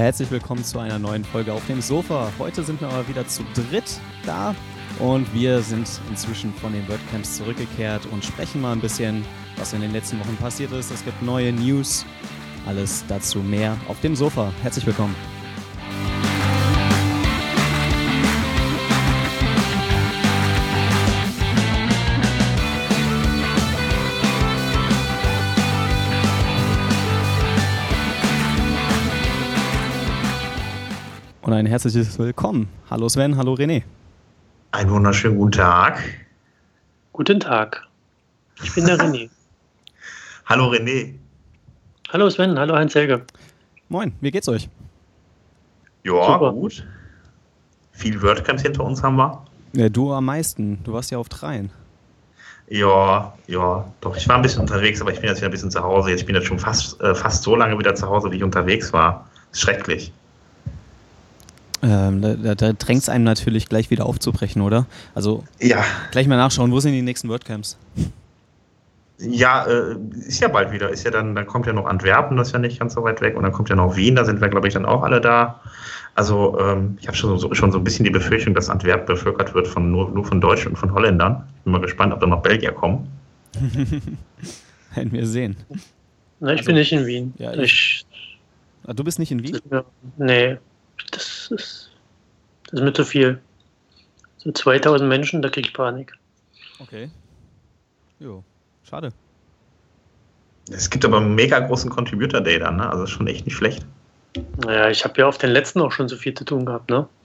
Herzlich willkommen zu einer neuen Folge auf dem Sofa. Heute sind wir aber wieder zu dritt da und wir sind inzwischen von den WordCamps zurückgekehrt und sprechen mal ein bisschen, was in den letzten Wochen passiert ist. Es gibt neue News, alles dazu mehr auf dem Sofa. Herzlich willkommen. Und ein herzliches Willkommen. Hallo Sven, hallo René. Einen wunderschönen guten Tag. Guten Tag. Ich bin der René. Hallo René. Hallo Sven, hallo Heinz-Helge. Moin, wie geht's euch? Ja, Super. gut. Viel WordCamps hinter uns haben wir. Ja, du am meisten. Du warst ja auf 3. Ja, doch. Ich war ein bisschen unterwegs, aber ich bin jetzt wieder ein bisschen zu Hause. Ich bin jetzt schon fast so lange wieder zu Hause, wie ich unterwegs war. Das ist schrecklich. Da drängt es einem natürlich gleich wieder aufzubrechen, oder? Also Ja, gleich mal nachschauen, wo sind die nächsten WordCamps? ja, ist ja bald wieder. Ist ja dann kommt ja noch Antwerpen, das ist ja nicht ganz so weit weg. Und dann kommt ja noch Wien, da sind wir, glaube ich, dann auch alle da. Also ich habe schon so ein bisschen die Befürchtung, dass Antwerpen bevölkert wird nur von Deutschen und von Holländern. Bin mal gespannt, ob da noch Belgier kommen. Werden wir sehen. Na, ich bin nicht in Wien. Ja, Ah, du bist nicht in Wien? Nee, das ist mir zu viel. So 2000 Menschen, da krieg ich Panik. Okay. Jo, schade. Es gibt aber einen mega großen Contributor Day dann, ne? Also ist schon echt nicht schlecht. Naja, ich habe ja auf den letzten auch schon so viel zu tun gehabt, ne?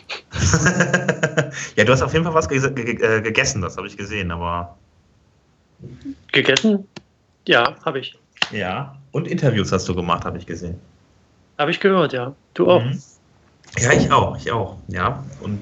Ja, du hast auf jeden Fall was gegessen, das habe ich gesehen, aber... Gegessen? Ja, habe ich. Ja, und Interviews hast du gemacht, habe ich gesehen. Habe ich gehört, ja. Du auch. Mhm. Ja, ich auch, ja. Und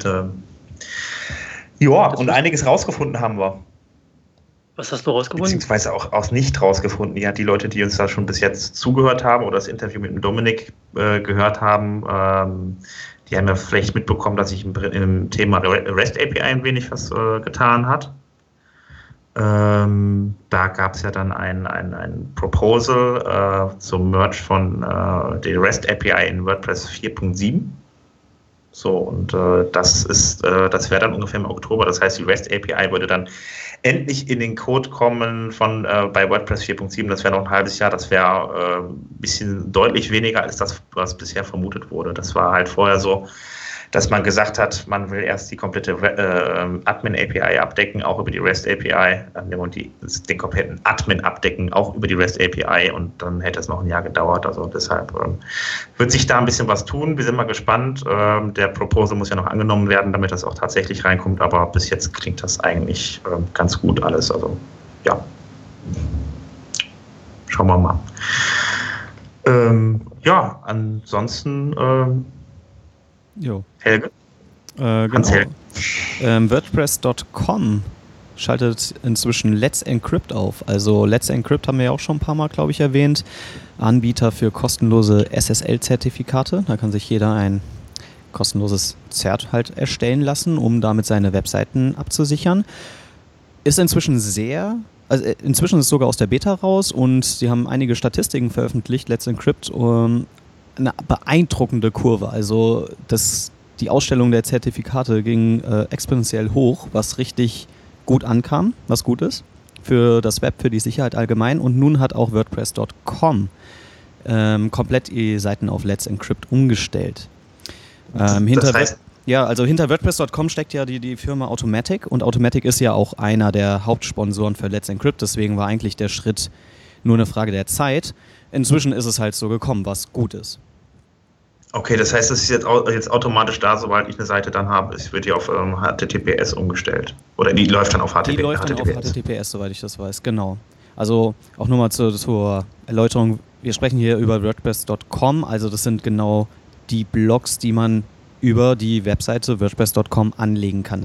und einiges rausgefunden haben wir. Was hast du rausgefunden? Beziehungsweise auch nicht rausgefunden. Ja, die Leute, die uns da schon bis jetzt zugehört haben oder das Interview mit dem Dominik gehört haben, die haben ja vielleicht mitbekommen, dass sich im Thema REST API ein wenig was getan hat. Da gab es ja dann ein Proposal zum Merge von der REST API in WordPress 4.7. So, und das wäre dann ungefähr im Oktober. Das heißt, die REST API würde dann endlich in den Code kommen bei WordPress 4.7. Das wäre noch ein halbes Jahr. Das wäre ein bisschen deutlich weniger als das, was bisher vermutet wurde. Das war halt vorher so, dass man gesagt hat, man will erst die komplette Admin-API abdecken, auch über die REST-API, und den kompletten Admin abdecken, auch über die REST-API, und dann hätte es noch ein Jahr gedauert. Also deshalb wird sich da ein bisschen was tun. Wir sind mal gespannt. Der Proposal muss ja noch angenommen werden, damit das auch tatsächlich reinkommt, aber bis jetzt klingt das eigentlich ganz gut alles. Also ja, schauen wir mal. Ansonsten... Jo. Helge? Genau. Hans-Helge. WordPress.com schaltet inzwischen Let's Encrypt auf. Also Let's Encrypt haben wir ja auch schon ein paar Mal, glaube ich, erwähnt. Anbieter für kostenlose SSL-Zertifikate. Da kann sich jeder ein kostenloses Zert halt erstellen lassen, um damit seine Webseiten abzusichern. Ist inzwischen inzwischen ist es sogar aus der Beta raus und sie haben einige Statistiken veröffentlicht, Let's Encrypt, eine beeindruckende Kurve. Also die Ausstellung der Zertifikate ging exponentiell hoch, was richtig gut ankam, was gut ist für das Web, für die Sicherheit allgemein. Und nun hat auch WordPress.com komplett die Seiten auf Let's Encrypt umgestellt. Hinter WordPress.com steckt ja die Firma Automattic, und Automattic ist ja auch einer der Hauptsponsoren für Let's Encrypt. Deswegen war eigentlich der Schritt nur eine Frage der Zeit. Inzwischen ist es halt so gekommen, was gut ist. Okay, das heißt, es ist jetzt automatisch da, sobald ich eine Seite dann habe. Es wird die auf HTTPS umgestellt. Oder die läuft dann auf HTTPS? Die läuft dann auf HTTPS, soweit ich das weiß, genau. Also auch nur mal zur Erläuterung, wir sprechen hier über WordPress.com, also das sind genau die Blogs, die man über die Webseite WordPress.com anlegen kann.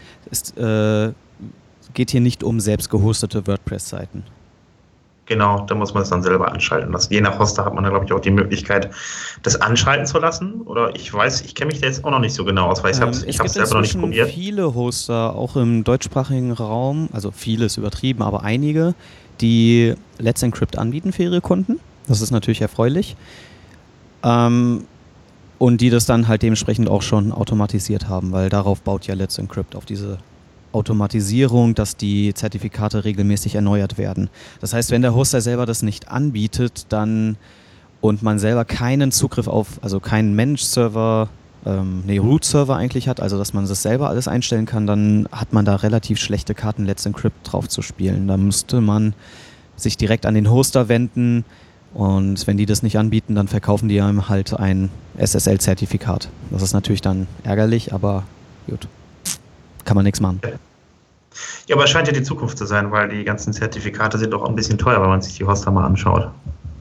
Geht hier nicht um selbst gehostete WordPress-Seiten. Genau, da muss man es dann selber anschalten lassen. Je nach Hoster hat man dann, glaube ich, auch die Möglichkeit, das anschalten zu lassen. Oder ich kenne mich da jetzt auch noch nicht so genau aus, weil ich habe es selber noch nicht probiert. Es gibt viele Hoster, auch im deutschsprachigen Raum, also viele ist übertrieben, aber einige, die Let's Encrypt anbieten für ihre Kunden. Das ist natürlich erfreulich. Und die das dann halt dementsprechend auch schon automatisiert haben, weil darauf baut ja Let's Encrypt, auf diese Automatisierung, dass die Zertifikate regelmäßig erneuert werden. Das heißt, wenn der Hoster selber das nicht anbietet, dann und man selber keinen Zugriff auf, also keinen Managed-Server, Root-Server eigentlich hat, also dass man das selber alles einstellen kann, dann hat man da relativ schlechte Karten Let's Encrypt drauf zu spielen. Da müsste man sich direkt an den Hoster wenden und wenn die das nicht anbieten, dann verkaufen die einem halt ein SSL-Zertifikat. Das ist natürlich dann ärgerlich, aber gut, kann man nichts machen. Ja, aber es scheint ja die Zukunft zu sein, weil die ganzen Zertifikate sind doch auch ein bisschen teuer, wenn man sich die Hoster mal anschaut.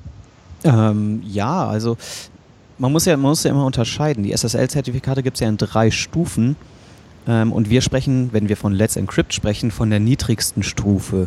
Ja, also man muss ja immer unterscheiden. Die SSL-Zertifikate gibt es ja in 3 Stufen und wir sprechen, wenn wir von Let's Encrypt sprechen, von der niedrigsten Stufe.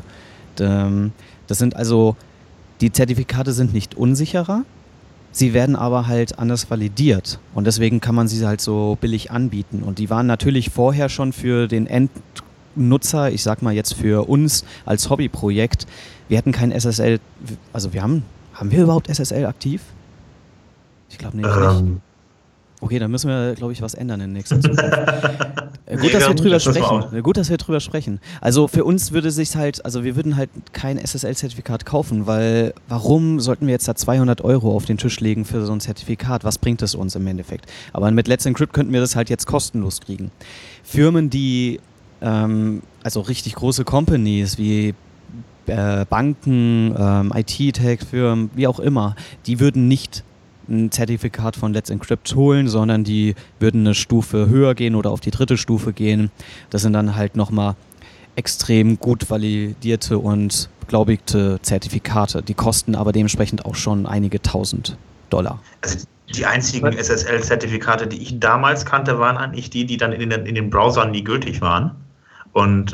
Das sind also, die Zertifikate sind nicht unsicherer, sie werden aber halt anders validiert und deswegen kann man sie halt so billig anbieten und die waren natürlich vorher schon für den Endnutzer, ich sag mal jetzt für uns als Hobbyprojekt, wir hätten kein SSL, also haben wir überhaupt SSL aktiv? Ich glaube nicht. Okay, dann müssen wir, glaube ich, was ändern in nächster Zukunft. Gut, dass wir drüber sprechen. Also für uns würde sich halt, also wir würden halt kein SSL-Zertifikat kaufen, weil warum sollten wir jetzt da 200 € auf den Tisch legen für so ein Zertifikat? Was bringt es uns im Endeffekt? Aber mit Let's Encrypt könnten wir das halt jetzt kostenlos kriegen. Firmen, die, also richtig große Companies wie Banken, IT-Tech-Firmen, wie auch immer, die würden nicht ein Zertifikat von Let's Encrypt holen, sondern die würden eine Stufe höher gehen oder auf die 3. Stufe gehen. Das sind dann halt nochmal extrem gut validierte und glaubigte Zertifikate. Die kosten aber dementsprechend auch schon einige $1000. Also die einzigen SSL-Zertifikate, die ich damals kannte, waren eigentlich die dann in den Browsern nie gültig waren. Und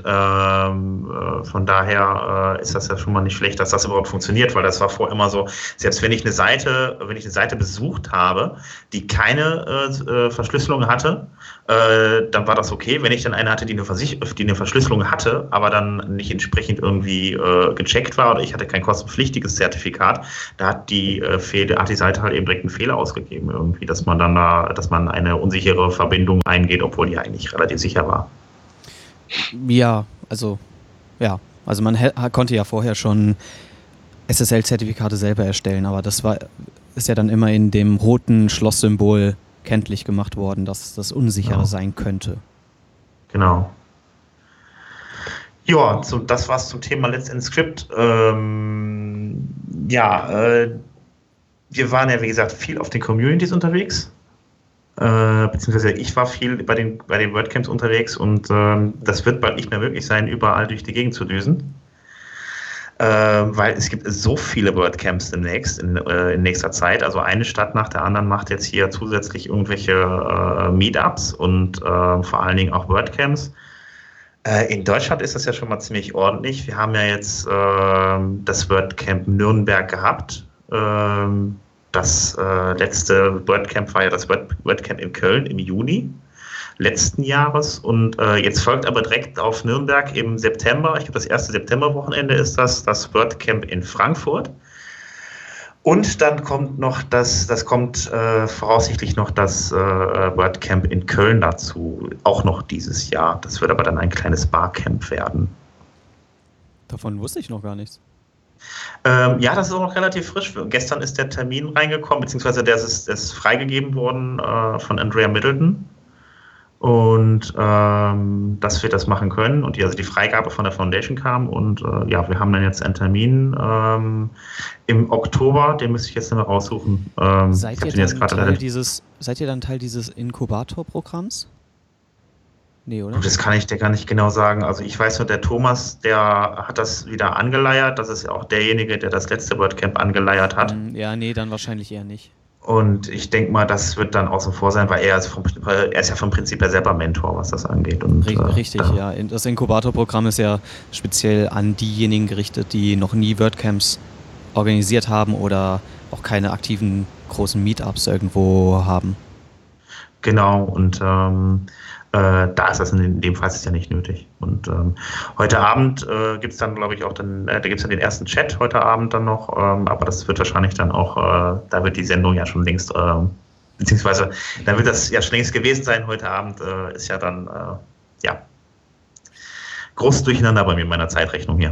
von daher ist das ja schon mal nicht schlecht, dass das überhaupt funktioniert, weil das war vorher immer so, selbst wenn ich eine Seite besucht habe, die keine Verschlüsselung hatte, dann war das okay. Wenn ich dann eine hatte, die eine Verschlüsselung hatte, aber dann nicht entsprechend irgendwie gecheckt war oder ich hatte kein kostenpflichtiges Zertifikat, da hat die Seite halt eben direkt einen Fehler ausgegeben irgendwie, dass man eine unsichere Verbindung eingeht, obwohl die eigentlich relativ sicher war. Ja, also man konnte ja vorher schon SSL-Zertifikate selber erstellen, aber ist ja dann immer in dem roten Schlosssymbol kenntlich gemacht worden, dass das unsicherer sein könnte. Genau. Ja, das war's zum Thema Let's Encrypt. Wir waren ja, wie gesagt, viel auf den Communities unterwegs. Beziehungsweise ich war viel bei den WordCamps unterwegs und das wird bald nicht mehr möglich sein, überall durch die Gegend zu düsen, weil es gibt so viele WordCamps in nächster Zeit. Also eine Stadt nach der anderen macht jetzt hier zusätzlich irgendwelche Meetups und vor allen Dingen auch WordCamps. In Deutschland ist das ja schon mal ziemlich ordentlich. Wir haben ja jetzt das WordCamp Nürnberg gehabt. Das letzte WordCamp war ja das WordCamp in Köln im Juni letzten Jahres und jetzt folgt aber direkt auf Nürnberg im September, ich glaube das erste Septemberwochenende ist das WordCamp in Frankfurt und dann kommt noch voraussichtlich noch das WordCamp in Köln dazu, auch noch dieses Jahr. Das wird aber dann ein kleines Barcamp werden. Davon wusste ich noch gar nichts. Ja, das ist auch noch relativ frisch. Gestern ist der Termin reingekommen, beziehungsweise der ist freigegeben worden von Andrea Middleton. Und dass wir das machen können. Und die Freigabe von der Foundation kam. Und wir haben dann jetzt einen Termin im Oktober, den müsste ich jetzt noch raussuchen. Seid ihr dann Teil dieses Inkubator-Programms? Nee, oder? Das kann ich dir gar nicht genau sagen. Also ich weiß nur, der Thomas, der hat das wieder angeleiert. Das ist ja auch derjenige, der das letzte WordCamp angeleiert hat. Ja, nee, dann wahrscheinlich eher nicht. Und ich denke mal, das wird dann außen vor sein, weil er ist ja vom Prinzip her selber Mentor, was das angeht. Und, richtig, ja. Das Inkubator-Programm ist ja speziell an diejenigen gerichtet, die noch nie WordCamps organisiert haben oder auch keine aktiven großen Meetups irgendwo haben. Genau, und da ist das in dem Fall ist ja nicht nötig. Und heute Abend gibt es dann, glaube ich, auch da gibt es dann den ersten Chat heute Abend dann noch, aber das wird wahrscheinlich dann auch, da wird die Sendung ja schon längst beziehungsweise dann wird das ja schon längst gewesen sein. Heute Abend ist ja dann, großes Durcheinander bei mir in meiner Zeitrechnung hier.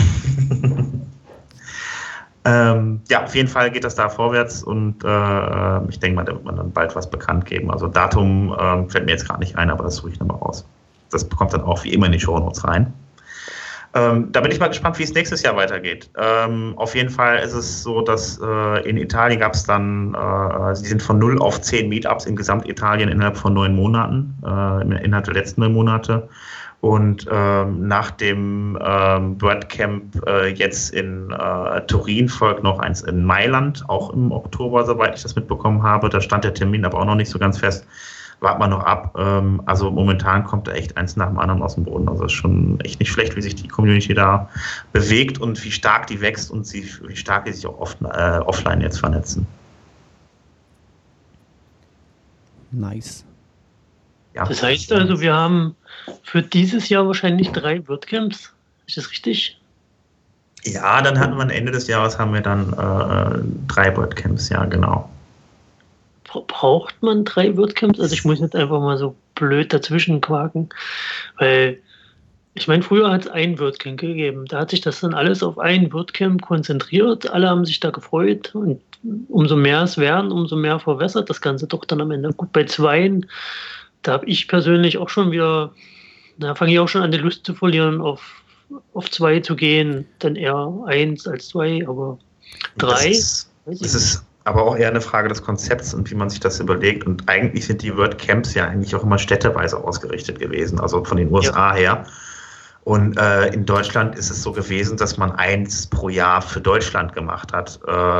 Auf jeden Fall geht das da vorwärts und ich denke mal, da wird man dann bald was bekannt geben. Also Datum fällt mir jetzt gerade nicht ein, aber das suche ich nochmal raus. Das kommt dann auch wie immer in die Shownotes rein. Da bin ich mal gespannt, wie es nächstes Jahr weitergeht. Auf jeden Fall ist es so, dass in Italien gab es dann, sie sind von 0 auf 10 Meetups in Gesamtitalien innerhalb von 9 Monaten, innerhalb der letzten 9 Monate. Und nach dem WordCamp jetzt in Turin folgt noch eins in Mailand, auch im Oktober, soweit ich das mitbekommen habe. Da stand der Termin aber auch noch nicht so ganz fest. Warten wir noch ab. Also momentan kommt da echt eins nach dem anderen aus dem Boden. Also es ist schon echt nicht schlecht, wie sich die Community da bewegt und wie stark die wächst und wie stark die sich auch offline jetzt vernetzen. Nice. Ja. Das heißt also, wir haben für dieses Jahr wahrscheinlich 3 WordCamps. Ist das richtig? Ja, dann hatten wir am Ende des Jahres haben wir dann 3 WordCamps, ja, genau. Braucht man 3 WordCamps? Also ich muss jetzt einfach mal so blöd dazwischen quaken, weil ich meine, früher hat es ein WordCamp gegeben. Da hat sich das dann alles auf ein WordCamp konzentriert. Alle haben sich da gefreut und umso mehr es werden, umso mehr verwässert das Ganze doch dann am Ende. Gut, bei 2, da habe ich persönlich auch schon wieder, da fange ich auch schon an, die Lust zu verlieren, auf 2 zu gehen, dann eher 1 als 2, aber 3. Das ist aber auch eher eine Frage des Konzepts und wie man sich das überlegt. Und eigentlich sind die WordCamps ja eigentlich auch immer städteweise ausgerichtet gewesen, also von den USA her. Und in Deutschland ist es so gewesen, dass man 1 pro Jahr für Deutschland gemacht hat.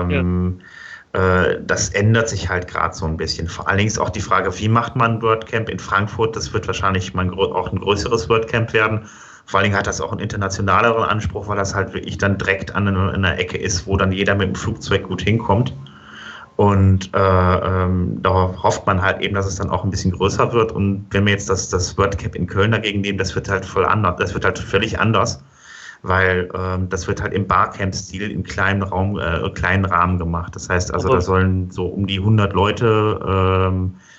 Das ändert sich halt gerade so ein bisschen. Vor allen Dingen ist auch die Frage, wie macht man ein WordCamp in Frankfurt? Das wird wahrscheinlich auch ein größeres WordCamp werden. Vor allen Dingen hat das auch einen internationaleren Anspruch, weil das halt wirklich dann direkt an einer Ecke ist, wo dann jeder mit dem Flugzeug gut hinkommt. Und da hofft man halt eben, dass es dann auch ein bisschen größer wird. Und wenn wir jetzt das WordCamp in Köln dagegen nehmen, das wird halt voll anders. Das wird halt völlig anders, weil das wird halt im Barcamp-Stil im kleinen Rahmen gemacht. Das heißt also, da sollen so um die 100 Leute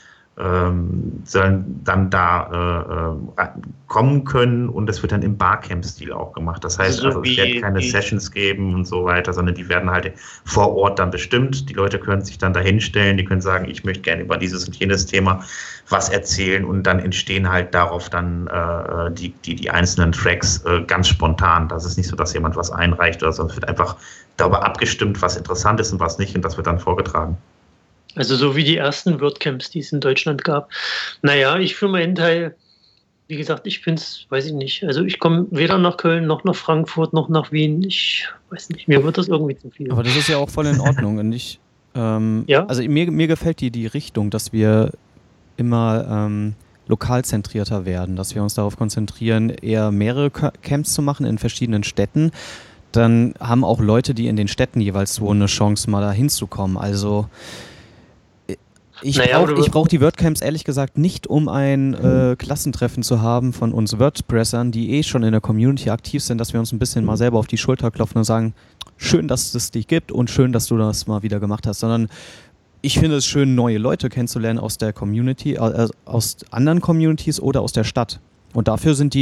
sollen dann da kommen können und das wird dann im Barcamp-Stil auch gemacht. Das heißt also, es wird keine Sessions geben und so weiter, sondern die werden halt vor Ort dann bestimmt. Die Leute können sich dann da hinstellen, die können sagen, ich möchte gerne über dieses und jenes Thema was erzählen und dann entstehen halt darauf dann die einzelnen Tracks ganz spontan. Das ist nicht so, dass jemand was einreicht oder so, es wird einfach darüber abgestimmt, was interessant ist und was nicht und das wird dann vorgetragen. Also so wie die ersten WordCamps, die es in Deutschland gab. Naja, ich für meinen Teil, wie gesagt, ich finde es, weiß ich nicht. Also ich komme weder nach Köln, noch nach Frankfurt, noch nach Wien. Ich weiß nicht, mir wird das irgendwie zu viel. Aber das ist ja auch voll in Ordnung. Und also mir gefällt die Richtung, dass wir immer lokal zentrierter werden, dass wir uns darauf konzentrieren, eher mehrere Camps zu machen in verschiedenen Städten. Dann haben auch Leute, die in den Städten jeweils wohnen, eine Chance, mal da hinzukommen. Also ich brauch die WordCamps ehrlich gesagt nicht, um ein Klassentreffen zu haben von uns WordPressern, die schon in der Community aktiv sind, dass wir uns ein bisschen mal selber auf die Schulter klopfen und sagen, schön, dass es dich gibt und schön, dass du das mal wieder gemacht hast, sondern ich finde es schön, neue Leute kennenzulernen aus der Community, aus anderen Communities oder aus der Stadt. Und dafür sind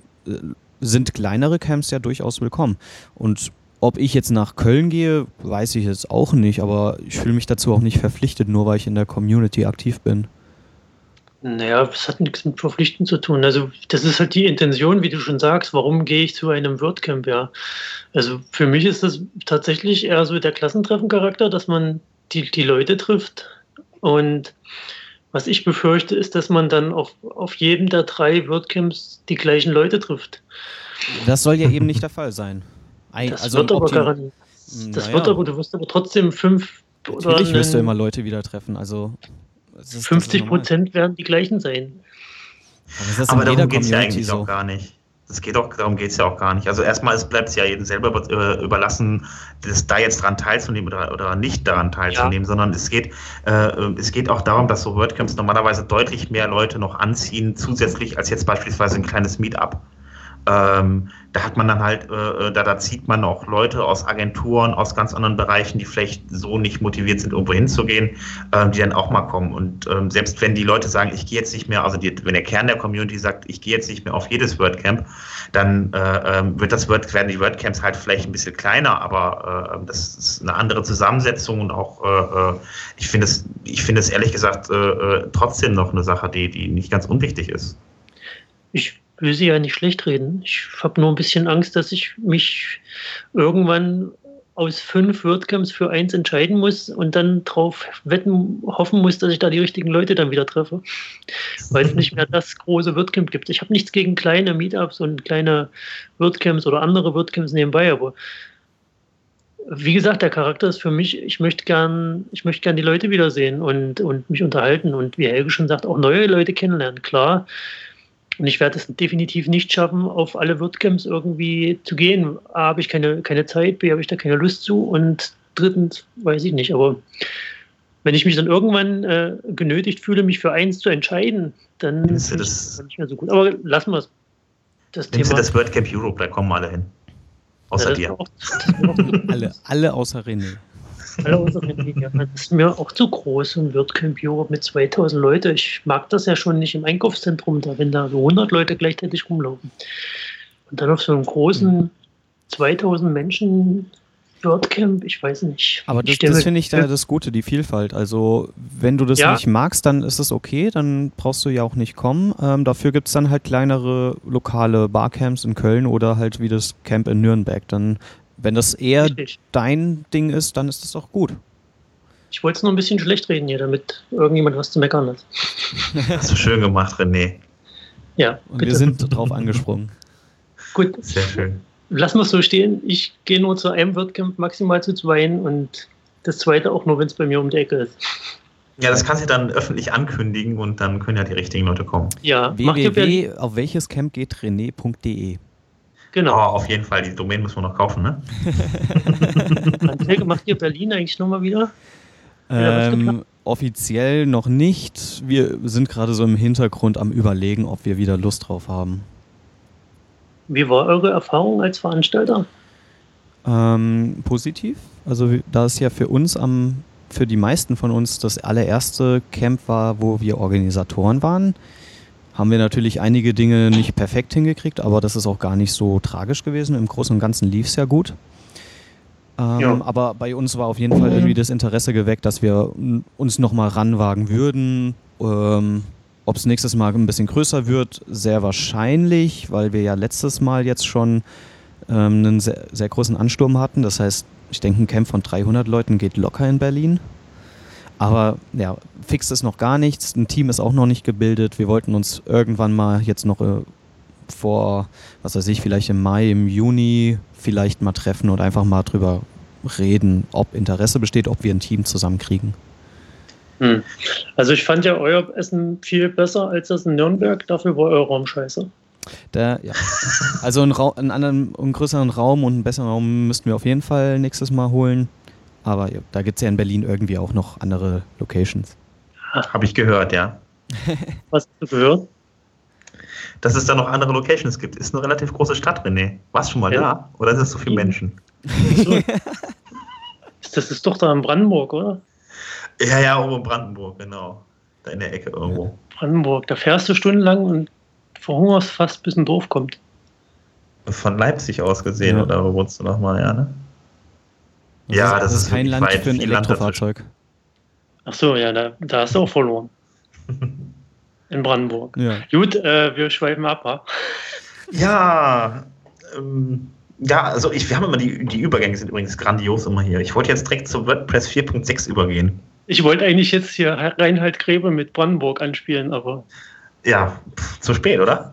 kleinere Camps ja durchaus willkommen. Und ob ich jetzt nach Köln gehe, weiß ich jetzt auch nicht, aber ich fühle mich dazu auch nicht verpflichtet, nur weil ich in der Community aktiv bin. Naja, das hat nichts mit Verpflichten zu tun. Also das ist halt die Intention, wie du schon sagst, warum gehe ich zu einem WordCamp, ja. Also für mich ist das tatsächlich eher so der Klassentreffen-Charakter, dass man die Leute trifft. Und was ich befürchte, ist, dass man dann auf jedem der 3 WordCamps die gleichen Leute trifft. Das soll ja eben nicht der Fall sein. Das wird aber garantiert. Du wirst aber trotzdem 5 oder natürlich wirst du immer Leute wieder treffen. Also 50% werden die gleichen sein. Aber darum geht es ja eigentlich auch gar nicht. Darum geht es ja auch gar nicht. Also erstmal bleibt es ja jedem selber überlassen, da jetzt dran teilzunehmen oder nicht daran teilzunehmen, sondern es geht auch darum, dass so WordCamps normalerweise deutlich mehr Leute noch anziehen, zusätzlich als jetzt beispielsweise ein kleines Meetup. Da hat man dann halt, da zieht man auch Leute aus Agenturen, aus ganz anderen Bereichen, die vielleicht so nicht motiviert sind, irgendwo hinzugehen, die dann auch mal kommen. Und selbst wenn die Leute sagen, ich gehe jetzt nicht mehr, also wenn der Kern der Community sagt, ich gehe jetzt nicht mehr auf jedes WordCamp, dann werden die WordCamps halt vielleicht ein bisschen kleiner, aber das ist eine andere Zusammensetzung und auch, ich finde es ehrlich gesagt trotzdem noch eine Sache, die nicht ganz unwichtig ist. Ich will sie ja nicht schlecht reden. Ich habe nur ein bisschen Angst, dass ich mich irgendwann aus 5 WordCamps für 1 entscheiden muss und dann drauf hoffen muss, dass ich da die richtigen Leute dann wieder treffe, weil es nicht mehr das große WordCamp gibt. Ich habe nichts gegen kleine Meetups und kleine WordCamps oder andere WordCamps nebenbei, aber wie gesagt, der Charakter ist für mich, ich möchte gern die Leute wiedersehen und mich unterhalten und wie Helge schon sagt, auch neue Leute kennenlernen, klar. Und ich werde es definitiv nicht schaffen, auf alle WordCamps irgendwie zu gehen. A, habe ich keine Zeit, B, habe ich da keine Lust zu und drittens weiß ich nicht. Aber wenn ich mich dann irgendwann genötigt fühle, mich für eins zu entscheiden, dann ist das nicht mehr so gut. Aber lassen wir es. Nimmst du das WordCamp Europe, da kommen alle hin. Außer dir. Alle außer René. Alle außer René, ja. Das ist mir auch zu groß, so ein WordCamp Europe mit 2000 Leute. Ich mag das ja schon nicht im Einkaufszentrum, wenn da so 100 Leute gleichzeitig rumlaufen. Und dann auf so einem großen 2000 Menschen WordCamp, ich weiß nicht. Aber das finde ich da das Gute, die Vielfalt. Also wenn du das nicht magst, dann ist es okay, dann brauchst du ja auch nicht kommen. Dafür gibt es dann halt kleinere lokale Barcamps in Köln oder halt wie das Camp in Nürnberg. Dann, wenn das eher dein Ding ist, dann ist das auch gut. Ich wollte es nur ein bisschen schlecht reden hier, damit irgendjemand was zu meckern hat. Hast du schön gemacht, René. Ja, und bitte. Wir sind drauf angesprungen. Gut. Sehr schön. Lassen wir es so stehen. Ich gehe nur zu einem WordCamp, maximal zu 2 und das zweite auch nur, wenn es bei mir um die Ecke ist. Ja, das kannst du dann öffentlich ankündigen und dann können ja die richtigen Leute kommen. Ja, auf welches Camp geht rené.de. Genau. Oh, auf jeden Fall, die Domain müssen wir noch kaufen, ne? Helge, macht ihr Berlin eigentlich nochmal wieder? Offiziell noch nicht. Wir sind gerade so im Hintergrund am Überlegen, ob wir wieder Lust drauf haben. Wie war eure Erfahrung als Veranstalter? Positiv. Also da es ja für die meisten von uns das allererste Camp war, wo wir Organisatoren waren, haben wir natürlich einige Dinge nicht perfekt hingekriegt, aber das ist auch gar nicht so tragisch gewesen. Im Großen und Ganzen lief es ja gut. Aber bei uns war auf jeden Fall irgendwie das Interesse geweckt, dass wir uns nochmal ranwagen würden. Ob es nächstes Mal ein bisschen größer wird, sehr wahrscheinlich, weil wir ja letztes Mal jetzt schon einen sehr, sehr großen Ansturm hatten. Das heißt, ich denke, ein Camp von 300 Leuten geht locker in Berlin. Aber ja, fix ist noch gar nichts. Ein Team ist auch noch nicht gebildet. Wir wollten uns irgendwann mal jetzt noch vor, was weiß ich, vielleicht im Mai, im Juni vielleicht mal treffen und einfach mal drüber reden, ob Interesse besteht, ob wir ein Team zusammenkriegen. Also ich fand ja euer Essen viel besser als das in Nürnberg, dafür war euer Raum scheiße. Ja. Also einen größeren Raum und einen besseren Raum müssten wir auf jeden Fall nächstes Mal holen. Aber ja, da gibt es ja in Berlin irgendwie auch noch andere Locations. Habe ich gehört, ja. Was hast du gehört? Dass es da noch andere Locations gibt. Ist eine relativ große Stadt, René. Warst du schon mal da? Oder sind das so viele Menschen? So. Das ist doch da in Brandenburg, oder? Ja, oben in Brandenburg, genau. Da in der Ecke irgendwo. Brandenburg, da fährst du stundenlang und verhungerst fast, bis ein Dorf kommt. Von Leipzig aus gesehen, oder wo wohnst du nochmal, ja, ne? Ja, das ist kein Land für ein Elektrofahrzeug. Ach so, ja, da hast du auch verloren. In Brandenburg. Ja. Gut, wir schweifen ab, Ja, also wir haben immer die Übergänge sind übrigens grandios immer hier. Ich wollte jetzt direkt zu WordPress 4.6 übergehen. Ich wollte eigentlich jetzt hier Reinhard Grebe mit Brandenburg anspielen, aber... Ja, zu spät, oder?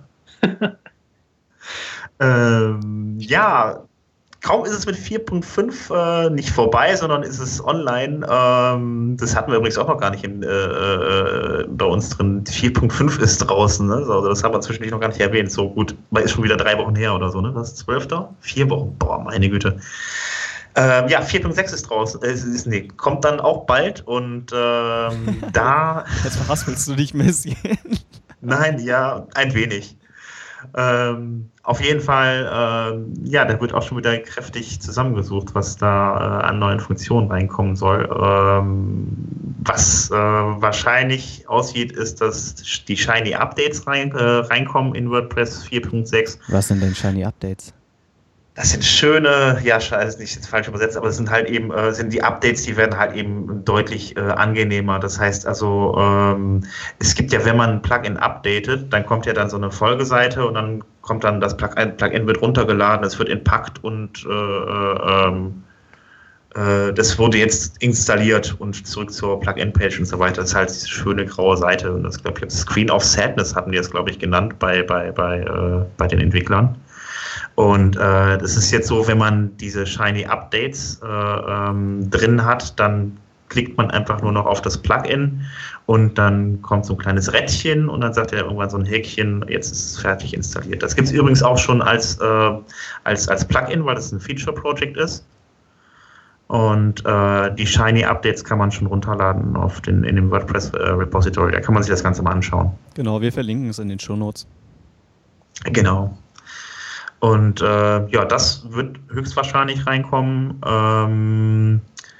Ja, kaum ist es mit 4.5 nicht vorbei, sondern ist es online. Das hatten wir übrigens auch noch gar nicht bei uns drin. 4.5 ist draußen. Ne? Also das haben wir zwischendurch noch gar nicht erwähnt. So gut, ist schon wieder 3 Wochen her oder so. Ne? Was ist 12. 4 Wochen. Boah, meine Güte. Ja, 4.6 ist draußen. Kommt dann auch bald. Und da... Jetzt verhaspelst du dich ein bisschen. Nein, ja, ein wenig. Auf jeden Fall, ja, da wird auch schon wieder kräftig zusammengesucht, was da an neuen Funktionen reinkommen soll. Was wahrscheinlich aussieht, ist, dass die Shiny Updates reinkommen in WordPress 4.6. Was sind denn Shiny Updates? Das sind schöne, ja, ist nicht jetzt falsch übersetzt, aber es sind halt eben, sind die Updates, die werden halt eben deutlich angenehmer. Das heißt also, es gibt ja, wenn man ein Plugin updatet, dann kommt ja dann so eine Folgeseite und dann kommt dann das Plugin wird runtergeladen, es wird entpackt und das wurde jetzt installiert und zurück zur Plugin-Page und so weiter. Das ist halt diese schöne graue Seite. Und das, glaube ich, Screen of Sadness hatten die das, glaube ich, genannt bei den Entwicklern. Und das ist jetzt so, wenn man diese Shiny Updates drin hat, dann klickt man einfach nur noch auf das Plugin und dann kommt so ein kleines Rädchen und dann sagt er irgendwann so ein Häkchen, jetzt ist es fertig installiert. Das gibt es übrigens auch schon als Plugin, weil das ein Feature-Project ist. Und die Shiny Updates kann man schon runterladen in dem WordPress-Repository. Da kann man sich das Ganze mal anschauen. Genau, wir verlinken es in den Shownotes. Genau. Und ja, das wird höchstwahrscheinlich reinkommen.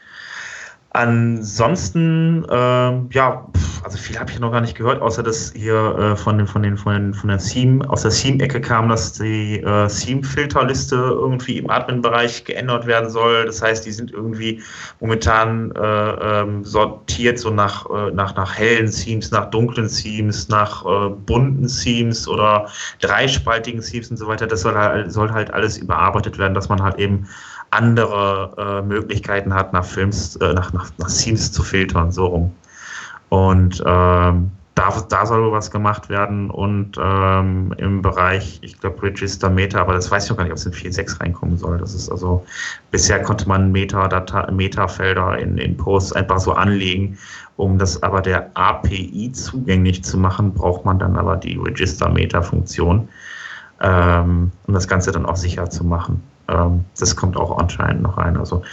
Ansonsten, ja, also viel habe ich noch gar nicht gehört, außer dass hier von der Theme, aus der Theme-Ecke kam, dass die Theme-Filterliste irgendwie im Admin-Bereich geändert werden soll. Das heißt, die sind irgendwie momentan sortiert so nach hellen Themes, nach dunklen Themes, nach bunten Themes oder dreispaltigen Themes und so weiter. Das soll halt alles überarbeitet werden, dass man halt eben andere Möglichkeiten hat, nach Themes zu filtern, so rum. Und da soll was gemacht werden und im Bereich, ich glaube, Register Meta, aber das weiß ich noch gar nicht, ob es in 4.6 reinkommen soll. Das ist also, bisher konnte man Meta-Felder in Posts einfach so anlegen. Um das aber der API zugänglich zu machen, braucht man dann aber die Register Meta-Funktion, um das Ganze dann auch sicher zu machen. Das kommt auch anscheinend noch rein. Also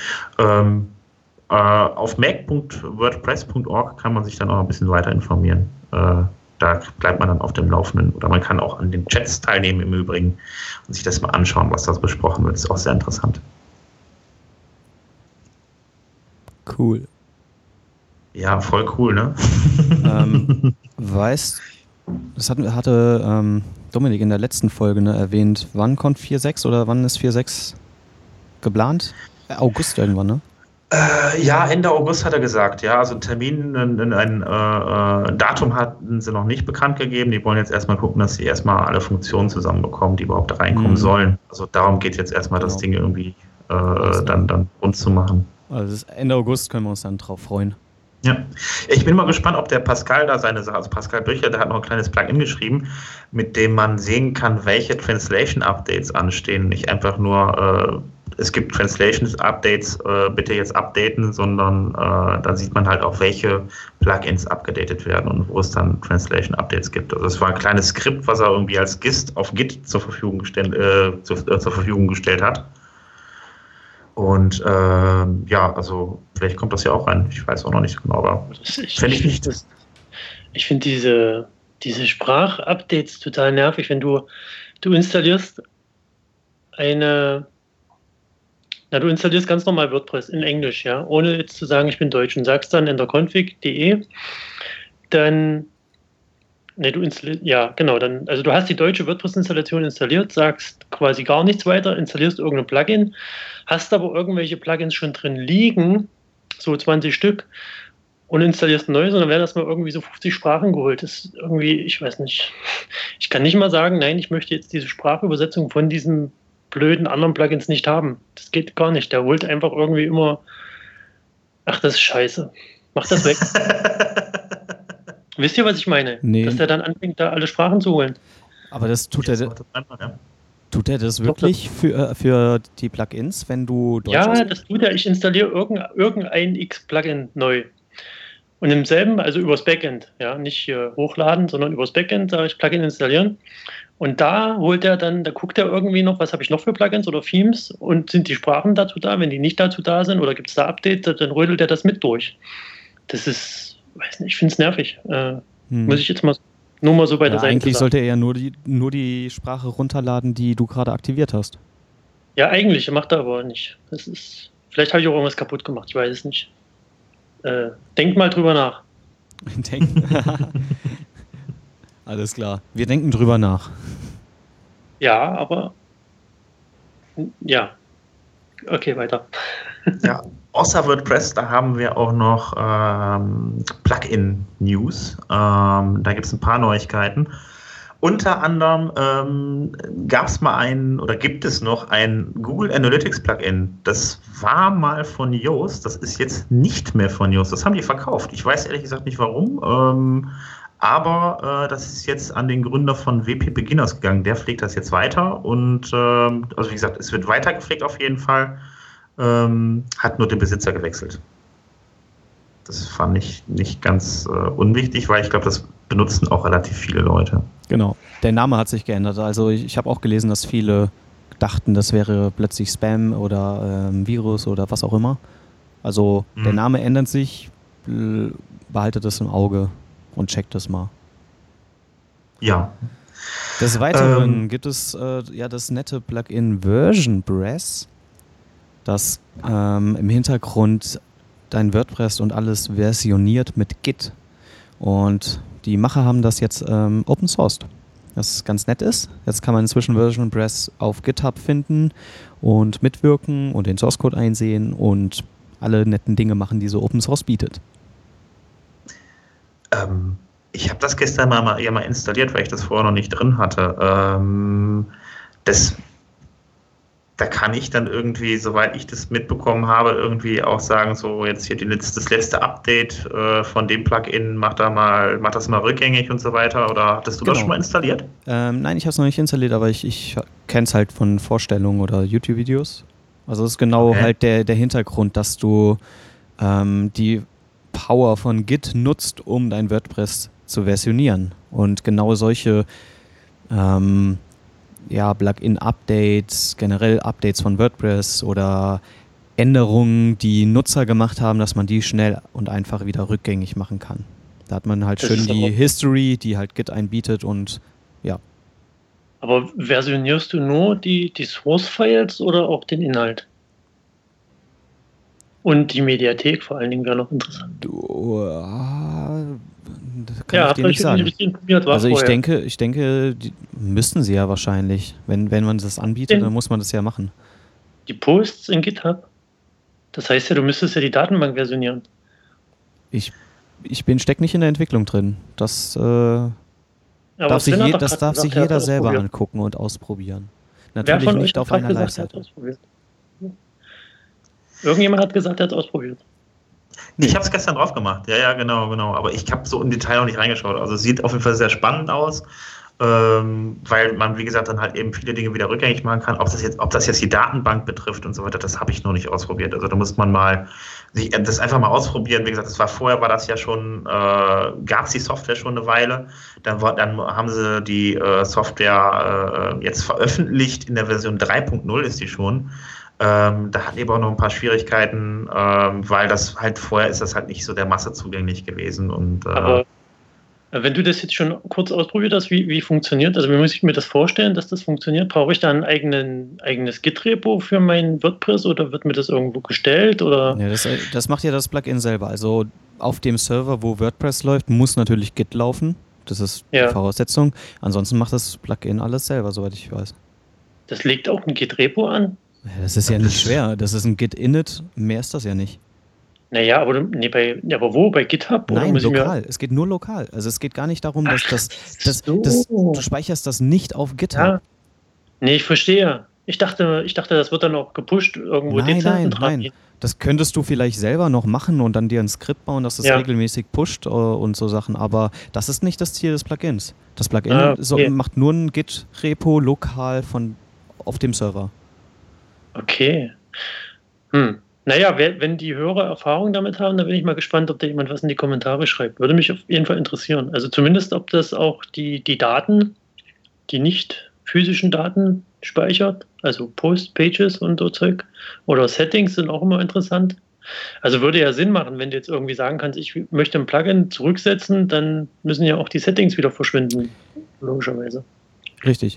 auf mac.wordpress.org kann man sich dann auch ein bisschen weiter informieren. Da bleibt man dann auf dem Laufenden. Oder man kann auch an den Chats teilnehmen im Übrigen und sich das mal anschauen, was da besprochen wird. Das ist auch sehr interessant. Cool. Ja, voll cool, ne? Das hatte Dominik in der letzten Folge erwähnt. Wann kommt 4.6 oder wann ist 4.6 geplant? August irgendwann, ne? Ja, Ende August hat er gesagt. Ja, also Termin, ein Datum hatten sie noch nicht bekannt gegeben. Die wollen jetzt erstmal gucken, dass sie erstmal alle Funktionen zusammenbekommen, die überhaupt da reinkommen sollen. Also darum geht jetzt erstmal, das Ding irgendwie dann rund zu machen. Also Ende August können wir uns dann drauf freuen. Ja, ich bin mal gespannt, ob der Pascal da seine Sache, also Pascal Bücher, der hat noch ein kleines Plugin geschrieben, mit dem man sehen kann, welche Translation-Updates anstehen. Nicht einfach nur, es gibt Translation-Updates, bitte jetzt updaten, sondern dann sieht man halt auch, welche Plugins abgedatet werden und wo es dann Translation-Updates gibt. Also es war ein kleines Skript, was er irgendwie als GIST auf Git zur Verfügung gestellt hat. Und ja, also vielleicht kommt das ja auch rein. Ich weiß auch noch nicht genau, aber fände ich nicht. Ich finde diese Sprachupdates total nervig, wenn du installierst du installierst ganz normal WordPress in Englisch, ja, ohne jetzt zu sagen, ich bin Deutsch und sagst dann in der config.de, dann also du hast die deutsche WordPress-Installation installiert, sagst quasi gar nichts weiter, installierst irgendein Plugin, hast aber irgendwelche Plugins schon drin liegen, so 20 Stück, und installierst ein neues und dann werden erstmal irgendwie so 50 Sprachen geholt. Das ist irgendwie, ich weiß nicht, ich kann nicht mal sagen, nein, ich möchte jetzt diese Sprachübersetzung von diesen blöden anderen Plugins nicht haben. Das geht gar nicht. Der holt einfach irgendwie immer, ach, das ist scheiße. Mach das weg. Wisst ihr, was ich meine? Nee. Dass der dann anfängt, da alle Sprachen zu holen. Aber das tut er das wirklich für die Plugins, wenn du Deutsch Ja, das tut er. Ich installiere irgendein X-Plugin neu. Und im selben, also übers Backend, ja, nicht hier hochladen, sondern übers Backend, sage ich Plugin installieren. Und da guckt er irgendwie noch, was habe ich noch für Plugins oder Themes und sind die Sprachen dazu da? Wenn die nicht dazu da sind oder gibt es da Updates, dann rödelt er das mit durch. Das ist, weiß nicht, ich finde es nervig. Muss ich jetzt mal Nur mal so bei der Seite Eigentlich gesagt. sollte er ja nur die Sprache runterladen, die du gerade aktiviert hast. Ja, eigentlich, macht er aber nicht. Vielleicht habe ich auch irgendwas kaputt gemacht, ich weiß es nicht. Denk mal drüber nach. Alles klar. Wir denken drüber nach. Ja, aber ja. Okay, weiter. Ja, außer WordPress, da haben wir auch noch Plugin-News. Da gibt es ein paar Neuigkeiten. Unter anderem gibt es noch ein Google Analytics Plugin. Das war mal von Yoast, das ist jetzt nicht mehr von Yoast. Das haben die verkauft. Ich weiß ehrlich gesagt nicht warum. Aber das ist jetzt an den Gründer von WP Beginners gegangen. Der pflegt das jetzt weiter und also wie gesagt, es wird weiter gepflegt auf jeden Fall. Hat nur den Besitzer gewechselt. Das fand ich nicht ganz unwichtig, weil ich glaube, das benutzen auch relativ viele Leute. Genau. Der Name hat sich geändert. Also ich habe auch gelesen, dass viele dachten, das wäre plötzlich Spam oder Virus oder was auch immer. Also der Name ändert sich. Behaltet das im Auge und checkt das mal. Ja. Des Weiteren gibt es das nette Plugin VersionBress, das im Hintergrund dein WordPress und alles versioniert mit Git. Und die Macher haben das jetzt open sourced. Das ganz nett ist. Jetzt kann man inzwischen VersionBress auf GitHub finden und mitwirken und den Source Code einsehen und alle netten Dinge machen, die so Open Source bietet. Ich habe das gestern mal installiert, weil ich das vorher noch nicht drin hatte. Da kann ich dann irgendwie, soweit ich das mitbekommen habe, irgendwie auch sagen, so jetzt hier das letzte Update von dem Plugin, mach das mal rückgängig und so weiter. Oder hattest du das schon mal installiert? Nein, ich habe es noch nicht installiert, aber ich kenne es halt von Vorstellungen oder YouTube-Videos. Also es ist genau halt der Hintergrund, dass du die Power von Git nutzt, um dein WordPress zu versionieren. Und genau solche Plugin-Updates, generell Updates von WordPress oder Änderungen, die Nutzer gemacht haben, dass man die schnell und einfach wieder rückgängig machen kann. Da hat man halt schön die History, die halt Git einbietet und ja. Aber versionierst du nur die Source-Files oder auch den Inhalt? Und die Mediathek vor allen Dingen wäre noch interessant. Das kann ich dir nicht sagen. Also ich denke, die müssten sie ja wahrscheinlich. Wenn man das anbietet, dann muss man das ja machen. Die Posts in GitHub? Das heißt ja, du müsstest ja die Datenbank versionieren. Ich steck nicht in der Entwicklung drin. Das darf sich jeder selber angucken und ausprobieren. Natürlich nicht auf einer Live-Seite. Irgendjemand hat gesagt, er hat es ausprobiert. Ich habe es gestern drauf gemacht. Ja, genau. Aber ich habe so im Detail noch nicht reingeschaut. Also es sieht auf jeden Fall sehr spannend aus, weil man, wie gesagt, dann halt eben viele Dinge wieder rückgängig machen kann. Ob das jetzt die Datenbank betrifft und so weiter, das habe ich noch nicht ausprobiert. Also da muss man mal das einfach mal ausprobieren. Wie gesagt, vorher war das ja schon, gab es die Software schon eine Weile. Dann haben sie die Software jetzt veröffentlicht. In der Version 3.0 ist die schon. Da hat eben auch noch ein paar Schwierigkeiten, weil das halt vorher ist das halt nicht so der Masse zugänglich gewesen. Aber wenn du das jetzt schon kurz ausprobiert hast, wie funktioniert, also wie muss ich mir das vorstellen, dass das funktioniert? Brauche ich da ein eigenes Git-Repo für mein WordPress oder wird mir das irgendwo gestellt? Oder? Ja, das macht ja das Plugin selber. Also auf dem Server, wo WordPress läuft, muss natürlich Git laufen. Das ist die Voraussetzung. Ansonsten macht das Plugin alles selber, soweit ich weiß. Das legt auch ein Git-Repo an? Das ist ja nicht schwer. Das ist ein Git-Init. Mehr ist das ja nicht. Naja, aber wo? Bei GitHub? Nein, lokal. Es geht nur lokal. Also es geht gar nicht darum, dass du speicherst das nicht auf GitHub. Ja. Nee, ich verstehe. Ich dachte, das wird dann auch gepusht irgendwo. Nein. Das könntest du vielleicht selber noch machen und dann dir ein Skript bauen, dass das regelmäßig pusht und so Sachen. Aber das ist nicht das Ziel des Plugins. Das Plugin macht nur ein Git-Repo lokal auf dem Server. Okay. Naja, wenn die Hörer Erfahrung damit haben, dann bin ich mal gespannt, ob da jemand was in die Kommentare schreibt. Würde mich auf jeden Fall interessieren. Also zumindest, ob das auch die Daten, die nicht physischen Daten speichert, also Post, Pages und so Zeug oder Settings sind auch immer interessant. Also würde ja Sinn machen, wenn du jetzt irgendwie sagen kannst, ich möchte ein Plugin zurücksetzen, dann müssen ja auch die Settings wieder verschwinden, logischerweise. Richtig.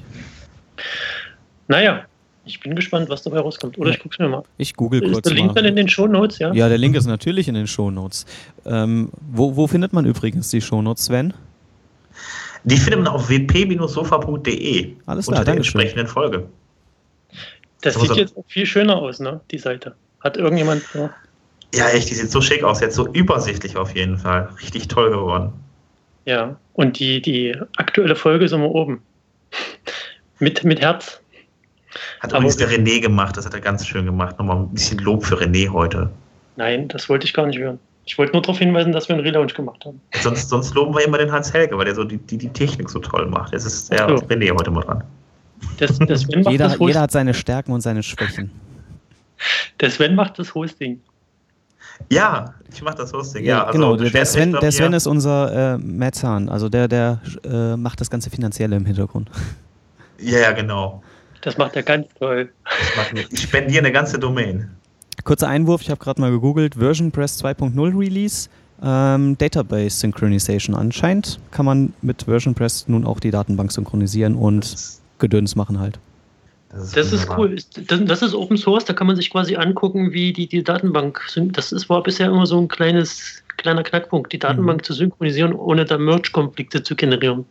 Naja, ich bin gespannt, was dabei rauskommt. Oder ich gucke es mir mal an. Ich google kurz mal. Ist der Link dann in den Shownotes, ja? Ja, der Link ist natürlich in den Shownotes. Wo findet man übrigens die Shownotes, Sven? Die findet man auf wp-sofa.de Alles klar, unter der Dankeschön. entsprechenden Folge. Das sieht jetzt auch viel schöner aus, ne? Die Seite. Hat irgendjemand... Ja, echt, die sieht so schick aus. Jetzt so übersichtlich auf jeden Fall. Richtig toll geworden. Ja, und die aktuelle Folge ist immer oben. Mit Herz. Hat übrigens der René gemacht, das hat er ganz schön gemacht. Nochmal ein bisschen Lob für René heute. Nein, das wollte ich gar nicht hören. Ich wollte nur darauf hinweisen, dass wir einen Relaunch gemacht haben. Sonst loben wir immer den Hans-Helge, weil der so die Technik so toll macht. Jetzt ist der René heute mal dran. Jeder hat seine Stärken und seine Schwächen. Der Sven macht das Hosting. Ja, ich mache das Hosting. Ja, also genau. Der Sven ist unser Mäzen, also der macht das ganze Finanzielle im Hintergrund. Ja, genau. Das macht er ganz toll. Ich spendiere eine ganze Domain. Kurzer Einwurf, ich habe gerade mal gegoogelt, VersionPress 2.0 Release, Database Synchronization. Anscheinend kann man mit VersionPress nun auch die Datenbank synchronisieren und Gedöns machen halt. Das ist cool. Das ist Open Source, da kann man sich quasi angucken, wie die Datenbank, war bisher immer so ein kleiner Knackpunkt, die Datenbank zu synchronisieren, ohne da Merge-Konflikte zu generieren.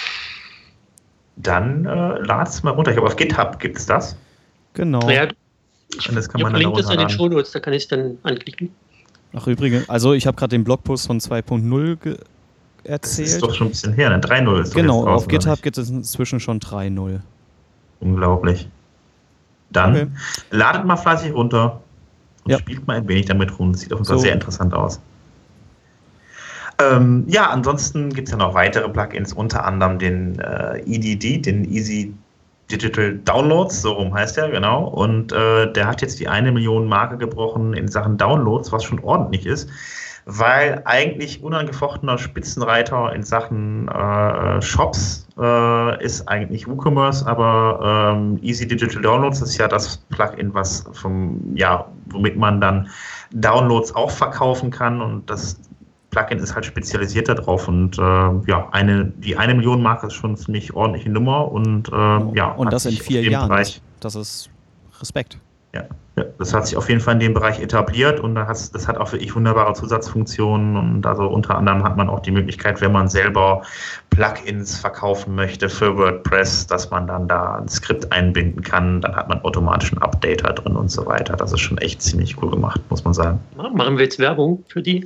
Dann lad es mal runter. Ich glaube, auf GitHub gibt es das. Genau. Ja, das kann man dann verlinke das in den Shownotes, da kann ich es dann anklicken. Ach übrigens, also ich habe gerade den Blogpost von 2.0 erzählt. Das ist doch schon ein bisschen her, ne? 3.0 ist doch genau, jetzt auf GitHub gibt es inzwischen schon 3.0. Unglaublich. Dann ladet mal fleißig runter und spielt mal ein wenig damit rum. Das sieht auf jeden Fall sehr interessant aus. Ansonsten gibt es ja noch weitere Plugins, unter anderem den EDD, den Easy Digital Downloads, so rum heißt der, genau. Und der hat jetzt die 1 Million Marke gebrochen in Sachen Downloads, was schon ordentlich ist, weil eigentlich unangefochtener Spitzenreiter in Sachen Shops ist eigentlich WooCommerce, aber Easy Digital Downloads ist ja das Plugin, was womit man dann Downloads auch verkaufen kann, und das Plugin ist halt spezialisiert darauf, und die 1 Million Marke ist schon eine ziemlich ordentliche Nummer, und und das in 4 Jahren. Das ist Respekt. Ja, das hat sich auf jeden Fall in dem Bereich etabliert, und das hat auch wirklich wunderbare Zusatzfunktionen, und also unter anderem hat man auch die Möglichkeit, wenn man selber Plugins verkaufen möchte für WordPress, dass man dann da ein Skript einbinden kann, dann hat man automatisch einen Updater drin und so weiter. Das ist schon echt ziemlich cool gemacht, muss man sagen. Machen wir jetzt Werbung für die?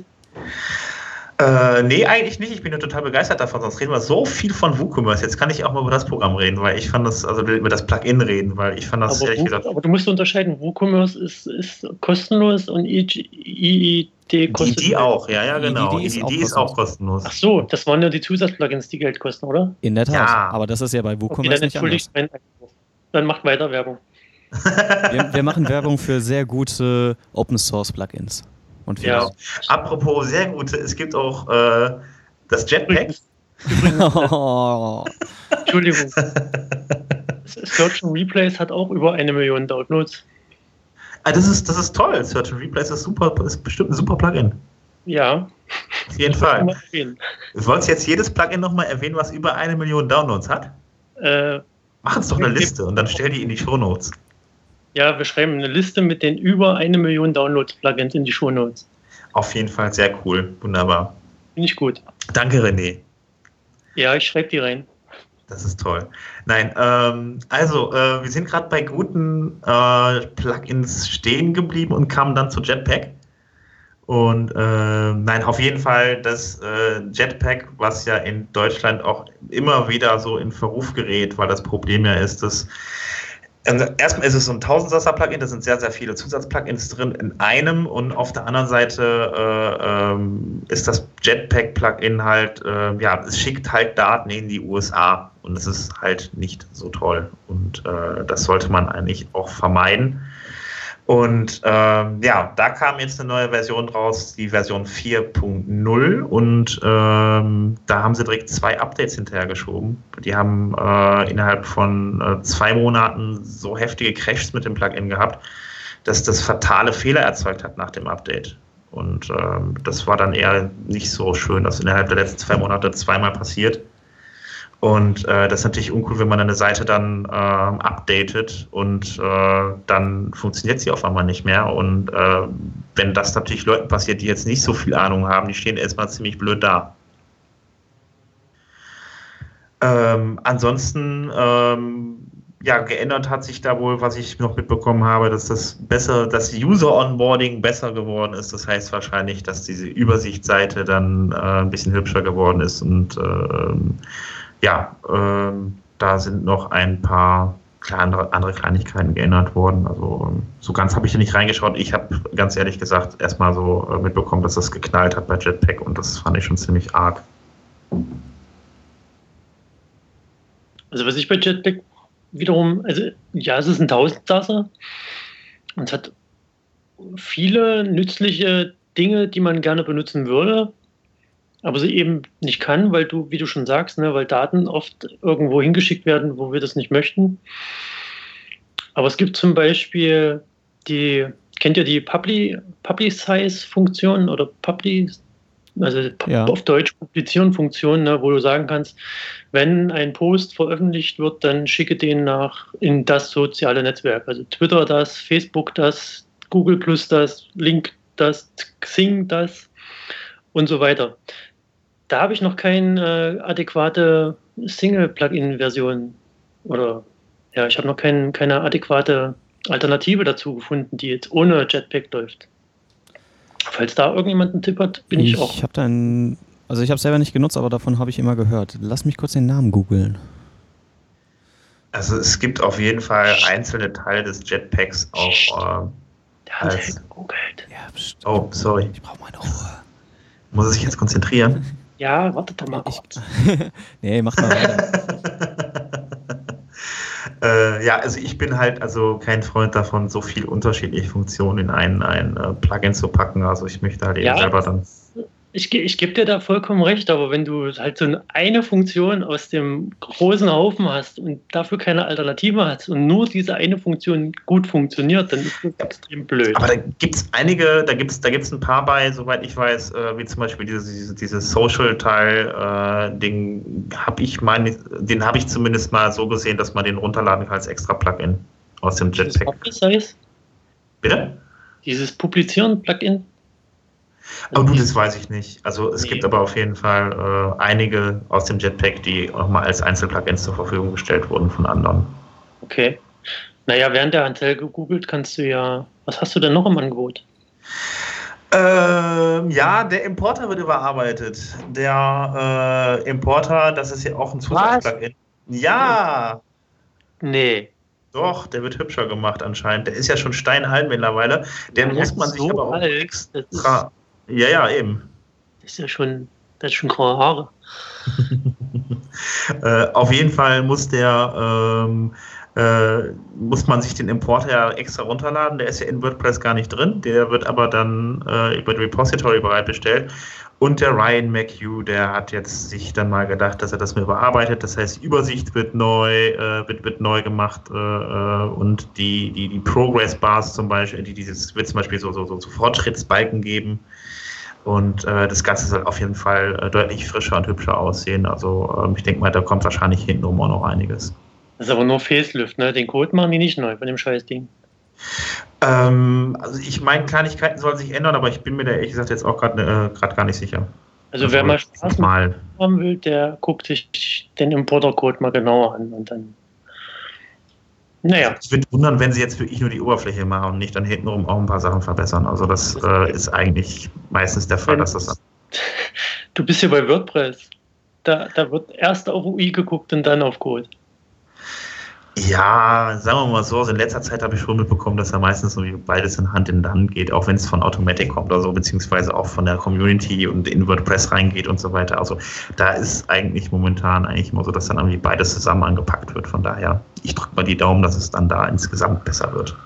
Nee, eigentlich nicht. Ich bin ja total begeistert davon, sonst reden wir so viel von WooCommerce. Jetzt kann ich auch mal über das Programm reden, weil ich fand das, also über das Plugin reden, weil ich fand das ehrlich gesagt. Aber du musst unterscheiden, WooCommerce ist kostenlos und EID kostet. Die auch, ja, genau. EID ist auch kostenlos. Ach so, das waren ja die Zusatzplugins, die Geld kosten, oder? In der Tat, ja. Aber das ist ja bei WooCommerce nicht anders. Dann macht weiter Werbung. Wir machen Werbung für sehr gute Open-Source-Plugins. Und ja. Apropos sehr gute, es gibt auch das Jetpack. Entschuldigung. Search and Replace hat auch über 1 Million Downloads. Das ist toll. Search and Replace ist bestimmt ein super Plugin. Ja. Auf jeden Fall. Wolltest du jetzt jedes Plugin nochmal erwähnen, was über 1 Million Downloads hat? Mach uns doch eine Liste und dann stell die in die Shownotes. Ja, wir schreiben eine Liste mit den über 1 Million Downloads-Plugins in die Shownotes. Auf jeden Fall sehr cool. Wunderbar. Finde ich gut. Danke, René. Ja, ich schreibe die rein. Das ist toll. Nein, wir sind gerade bei guten Plugins stehen geblieben und kamen dann zu Jetpack. Und auf jeden Fall das Jetpack, was ja in Deutschland auch immer wieder so in Verruf gerät, weil das Problem ja ist, dass erstmal ist es so ein Tausendsasser-Plugin, da sind sehr, sehr viele Zusatzplugins drin in einem, und auf der anderen Seite ist das Jetpack-Plugin halt, es schickt halt Daten in die USA, und es ist halt nicht so toll, und das sollte man eigentlich auch vermeiden. Und da kam jetzt eine neue Version raus, die Version 4.0, und da haben sie direkt 2 Updates hinterhergeschoben. Die haben innerhalb von 2 Monaten so heftige Crashs mit dem Plugin gehabt, dass das fatale Fehler erzeugt hat nach dem Update. Und das war dann eher nicht so schön, dass innerhalb der letzten 2 Monate zweimal passiert. Und das ist natürlich uncool, wenn man eine Seite dann updatet und dann funktioniert sie auf einmal nicht mehr. Und wenn das natürlich Leuten passiert, die jetzt nicht so viel Ahnung haben, die stehen erstmal ziemlich blöd da. Ansonsten, ja, geändert hat sich da wohl, was ich noch mitbekommen habe, dass das User-Onboarding besser geworden ist. Das heißt wahrscheinlich, dass diese Übersichtsseite dann ein bisschen hübscher geworden ist. Und ja, da sind noch ein paar andere Kleinigkeiten geändert worden. Also so ganz habe ich da nicht reingeschaut. Ich habe ganz ehrlich gesagt erstmal so mitbekommen, dass das geknallt hat bei Jetpack und das fand ich schon ziemlich arg. Also was ich bei Jetpack wiederum, also ja, es ist ein Tausendsasser und es hat viele nützliche Dinge, die man gerne benutzen würde, aber sie eben nicht kann, weil du, wie du schon sagst, ne, weil Daten oft irgendwo hingeschickt werden, wo wir das nicht möchten. Aber es gibt zum Beispiel kennt ihr die Publicize-Funktion oder auf Deutsch Publizieren-Funktion, ne, wo du sagen kannst, wenn ein Post veröffentlicht wird, dann schicke den in das soziale Netzwerk. Also Twitter das, Facebook das, Google Plus das, Link das, Xing das und so weiter. Da habe ich noch keine adäquate Single-Plugin-Version oder ja, ich habe noch keine adäquate Alternative dazu gefunden, die jetzt ohne Jetpack läuft. Falls da irgendjemand einen Tipp hat, bin ich auch. Ich habe es selber nicht genutzt, aber davon habe ich immer gehört. Lass mich kurz den Namen googeln. Also es gibt auf jeden Fall einzelne Teile des Jetpacks auch. Der hat gegoogelt. Ja, oh, sorry. Ich brauche meine Ruhe. Muss ich jetzt konzentrieren? Ja, warte doch mal kurz. Nee, mach mal weiter. Ja, also ich bin halt kein Freund davon, so viel unterschiedliche Funktionen in ein Plugin zu packen. Also ich möchte halt eben selber dann... Ich gebe dir da vollkommen recht, aber wenn du halt so eine Funktion aus dem großen Haufen hast und dafür keine Alternative hast und nur diese eine Funktion gut funktioniert, dann ist das extrem blöd. Aber da gibt es ein paar bei, soweit ich weiß, wie zum Beispiel dieses Social-Teil, den habe ich zumindest mal so gesehen, dass man den runterladen kann als extra Plugin aus dem Jetpack. Publicize? Bitte? Dieses Publizieren-Plugin? Oh du, das weiß ich nicht. Also es gibt aber auf jeden Fall einige aus dem Jetpack, die auch mal als Einzelplugins zur Verfügung gestellt wurden von anderen. Okay. Naja, während der Anteil gegoogelt kannst du ja... Was hast du denn noch im Angebot? Ja, der Importer wird überarbeitet. Der Importer, das ist ja auch ein Zusatzplugin. Ja! Nee. Doch, der wird hübscher gemacht anscheinend. Der ist ja schon steinalt mittlerweile. Den muss man sich so aber auch extra... Ja, eben. Das ist ja schon graue Haare. Auf jeden Fall muss man sich den Importer ja extra runterladen. Der ist ja in WordPress gar nicht drin. Der wird aber dann über die Repository bereitgestellt. Und der Ryan McHugh, der hat jetzt sich dann mal gedacht, dass er das mal überarbeitet. Das heißt, die Übersicht wird neu gemacht und die Progress Bars zum Beispiel, wird zum Beispiel so Fortschrittsbalken geben. Und das Ganze soll auf jeden Fall deutlich frischer und hübscher aussehen. Also ich denke mal, da kommt wahrscheinlich hintenrum auch noch einiges. Das ist aber nur Facelift, ne? Den Code machen die nicht neu von dem Scheißding. Also ich meine, Kleinigkeiten sollen sich ändern, aber ich bin mir da ehrlich gesagt jetzt auch gerade gar nicht sicher. Also wer mal Spaß haben will, der guckt sich den Importer-Code mal genauer an und dann... Naja. Ich würde wundern, wenn sie jetzt wirklich nur die Oberfläche machen und nicht dann hintenrum auch ein paar Sachen verbessern. Also das ist eigentlich meistens der Fall, dass das... Du bist ja bei WordPress. Da wird erst auf UI geguckt und dann auf Code. Ja, sagen wir mal so, also in letzter Zeit habe ich schon mitbekommen, dass da meistens so beides in Hand geht, auch wenn es von Automatic kommt oder so, beziehungsweise auch von der Community und in WordPress reingeht und so weiter. Also da ist eigentlich momentan immer so, dass dann irgendwie beides zusammen angepackt wird. Von daher, ich drücke mal die Daumen, dass es dann da insgesamt besser wird.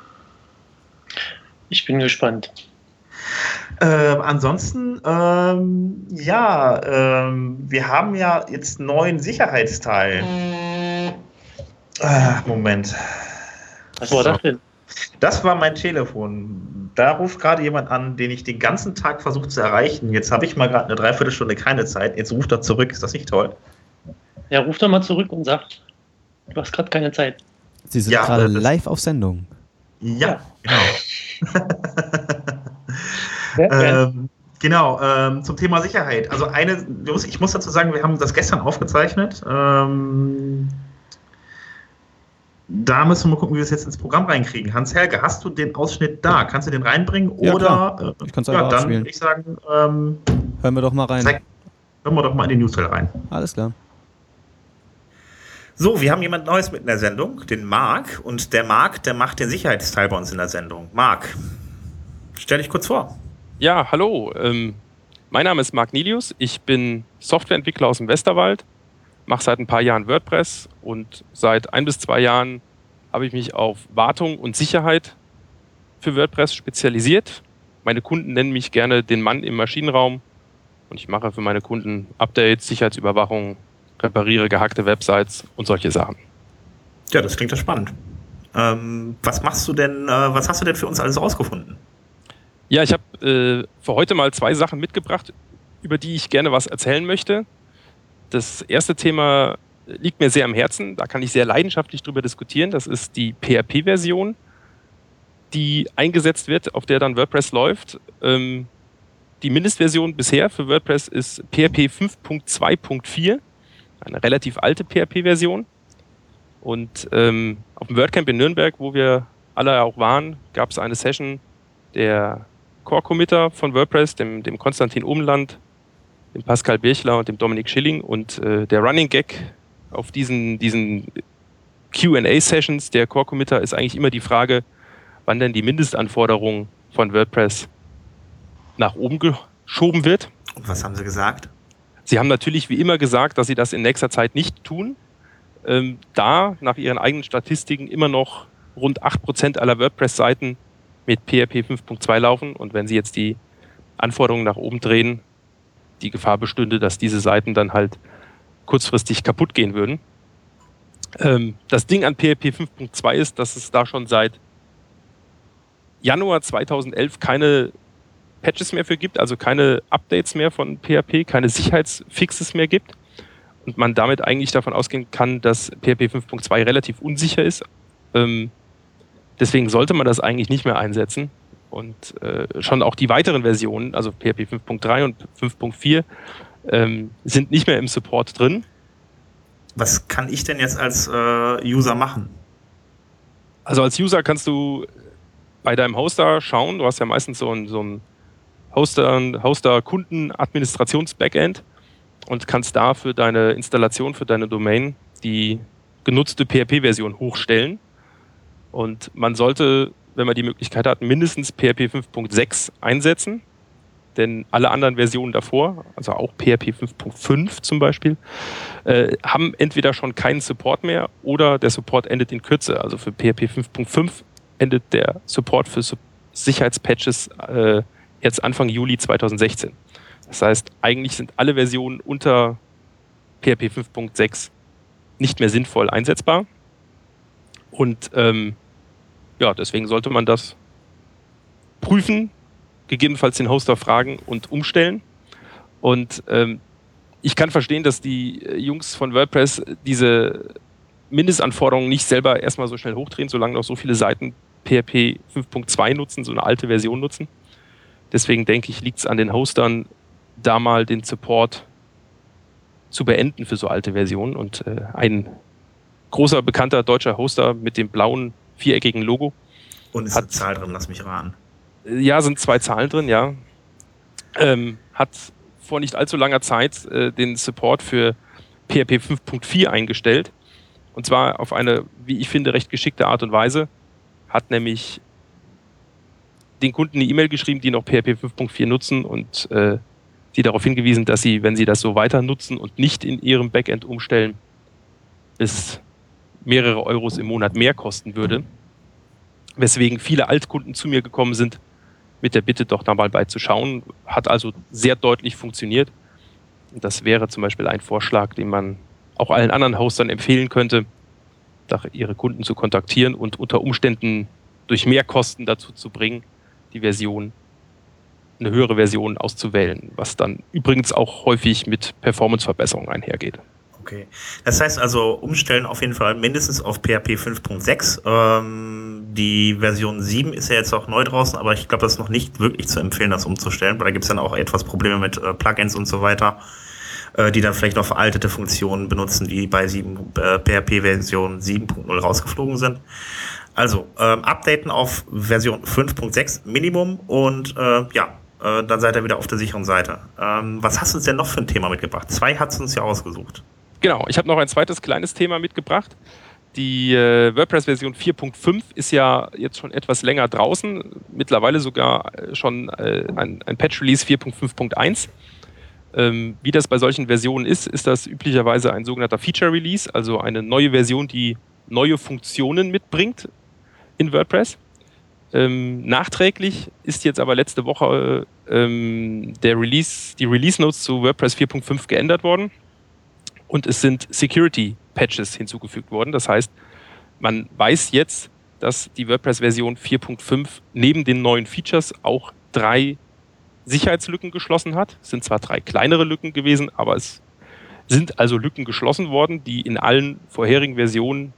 Ich bin gespannt. Ansonsten, wir haben ja jetzt einen neuen Sicherheitsteil. Moment. Was war das denn? Das war mein Telefon. Da ruft gerade jemand an, den ich den ganzen Tag versucht zu erreichen. Jetzt habe ich mal gerade eine Dreiviertelstunde keine Zeit. Jetzt ruft er zurück. Ist das nicht toll? Ja, ruf doch mal zurück und sag, du hast gerade keine Zeit. Sie sind gerade live auf Sendung. Ja, genau. Ja. Genau, zum Thema Sicherheit. Also ich muss dazu sagen, wir haben das gestern aufgezeichnet. Da müssen wir mal gucken, wie wir es jetzt ins Programm reinkriegen. Hans-Helge, hast du den Ausschnitt da? Kannst du den reinbringen? Ja, oder klar. Ich kann es einfach dann abspielen. würde ich sagen, Hören wir doch mal rein. Hören wir doch mal in die Newsfile rein. Alles klar. So, wir haben jemand Neues mit in der Sendung, den Marc. Und der Marc, der macht den Sicherheitsteil bei uns in der Sendung. Marc, stell dich kurz vor. Ja, hallo. Mein Name ist Marc Nilius. Ich bin Softwareentwickler aus dem Westerwald, mache seit ein paar Jahren WordPress und seit 1 bis 2 Jahren habe ich mich auf Wartung und Sicherheit für WordPress spezialisiert. Meine Kunden nennen mich gerne den Mann im Maschinenraum und ich mache für meine Kunden Updates, Sicherheitsüberwachung, repariere gehackte Websites und solche Sachen. Ja, das klingt ja spannend. Was hast du denn für uns alles rausgefunden? Ja, ich habe für heute mal 2 Sachen mitgebracht, über die ich gerne was erzählen möchte. Das erste Thema liegt mir sehr am Herzen, da kann ich sehr leidenschaftlich drüber diskutieren. Das ist die PHP-Version, die eingesetzt wird, auf der dann WordPress läuft. Die Mindestversion bisher für WordPress ist PHP 5.2.4, eine relativ alte PHP-Version. Und auf dem WordCamp in Nürnberg, wo wir alle auch waren, gab es eine Session der Core-Committer von WordPress, dem Konstantin Umland, dem Pascal Birchler und dem Dominik Schilling. Und der Running Gag auf diesen Q&A-Sessions der Core-Committer ist eigentlich immer die Frage, wann denn die Mindestanforderung von WordPress nach oben geschoben wird. Und was haben sie gesagt? Sie haben natürlich wie immer gesagt, dass sie das in nächster Zeit nicht tun, da nach ihren eigenen Statistiken immer noch rund 8% aller WordPress-Seiten mit PHP 5.2 laufen. Und wenn sie jetzt die Anforderungen nach oben drehen, die Gefahr bestünde, dass diese Seiten dann halt kurzfristig kaputt gehen würden. Das Ding an PHP 5.2 ist, dass es da schon seit Januar 2011 keine Patches mehr für gibt, also keine Updates mehr von PHP, keine Sicherheitsfixes mehr gibt und man damit eigentlich davon ausgehen kann, dass PHP 5.2 relativ unsicher ist. Deswegen sollte man das eigentlich nicht mehr einsetzen und schon auch die weiteren Versionen, also PHP 5.3 und 5.4, sind nicht mehr im Support drin. Was kann ich denn jetzt als User machen? Also als User kannst du bei deinem Hoster schauen, du hast ja meistens so ein Hoster-Kunden-Administrations-Backend und kannst da für deine Installation, für deine Domain die genutzte PHP-Version hochstellen. Und man sollte, wenn man die Möglichkeit hat, mindestens PHP 5.6 einsetzen, denn alle anderen Versionen davor, also auch PHP 5.5 zum Beispiel, haben entweder schon keinen Support mehr oder der Support endet in Kürze. Also für PHP 5.5 endet der Support für Sicherheitspatches jetzt Anfang Juli 2016. Das heißt, eigentlich sind alle Versionen unter PHP 5.6 nicht mehr sinnvoll einsetzbar. Und deswegen sollte man das prüfen, gegebenenfalls den Hoster fragen und umstellen. Und ich kann verstehen, dass die Jungs von WordPress diese Mindestanforderungen nicht selber erstmal so schnell hochdrehen, solange noch so viele Seiten PHP 5.2 nutzen, so eine alte Version nutzen. Deswegen denke ich, liegt es an den Hostern, da mal den Support zu beenden für so alte Versionen. Und ein großer, bekannter deutscher Hoster mit dem blauen, viereckigen Logo. Und ist eine Zahl drin, lass mich raten. Ja, sind 2 Zahlen drin, ja. Hat vor nicht allzu langer Zeit den Support für PHP 5.4 eingestellt. Und zwar auf eine, wie ich finde, recht geschickte Art und Weise. Hat nämlich den Kunden eine E-Mail geschrieben, die noch PHP 5.4 nutzen und die darauf hingewiesen, dass sie, wenn sie das so weiter nutzen und nicht in ihrem Backend umstellen, es mehrere Euros im Monat mehr kosten würde. Weswegen viele Altkunden zu mir gekommen sind, mit der Bitte doch da mal beizuschauen. Hat also sehr deutlich funktioniert. Und das wäre zum Beispiel ein Vorschlag, den man auch allen anderen Hostern empfehlen könnte, ihre Kunden zu kontaktieren und unter Umständen durch Mehrkosten dazu zu bringen, die Version, eine höhere Version auszuwählen, was dann übrigens auch häufig mit Performance-Verbesserungen einhergeht. Okay. Das heißt also, umstellen auf jeden Fall mindestens auf PHP 5.6. Die Version 7 ist ja jetzt auch neu draußen, aber ich glaube, das ist noch nicht wirklich zu empfehlen, das umzustellen, weil da gibt es dann auch etwas Probleme mit Plugins und so weiter, die dann vielleicht noch veraltete Funktionen benutzen, die bei PHP Version 7.0 rausgeflogen sind. Also, updaten auf Version 5.6 Minimum und dann seid ihr wieder auf der sicheren Seite. Was hast du uns denn noch für ein Thema mitgebracht? 2 hat es uns ja ausgesucht. Genau, ich habe noch ein zweites kleines Thema mitgebracht. Die WordPress-Version 4.5 ist ja jetzt schon etwas länger draußen, mittlerweile sogar schon ein Patch-Release 4.5.1. Wie das bei solchen Versionen ist das üblicherweise ein sogenannter Feature-Release, also eine neue Version, die neue Funktionen mitbringt in WordPress. Nachträglich ist jetzt aber letzte Woche die Release-Notes zu WordPress 4.5 geändert worden. Und es sind Security-Patches hinzugefügt worden. Das heißt, man weiß jetzt, dass die WordPress-Version 4.5 neben den neuen Features auch 3 Sicherheitslücken geschlossen hat. Es sind zwar 3 kleinere Lücken gewesen, aber es sind also Lücken geschlossen worden, die in allen vorherigen Versionen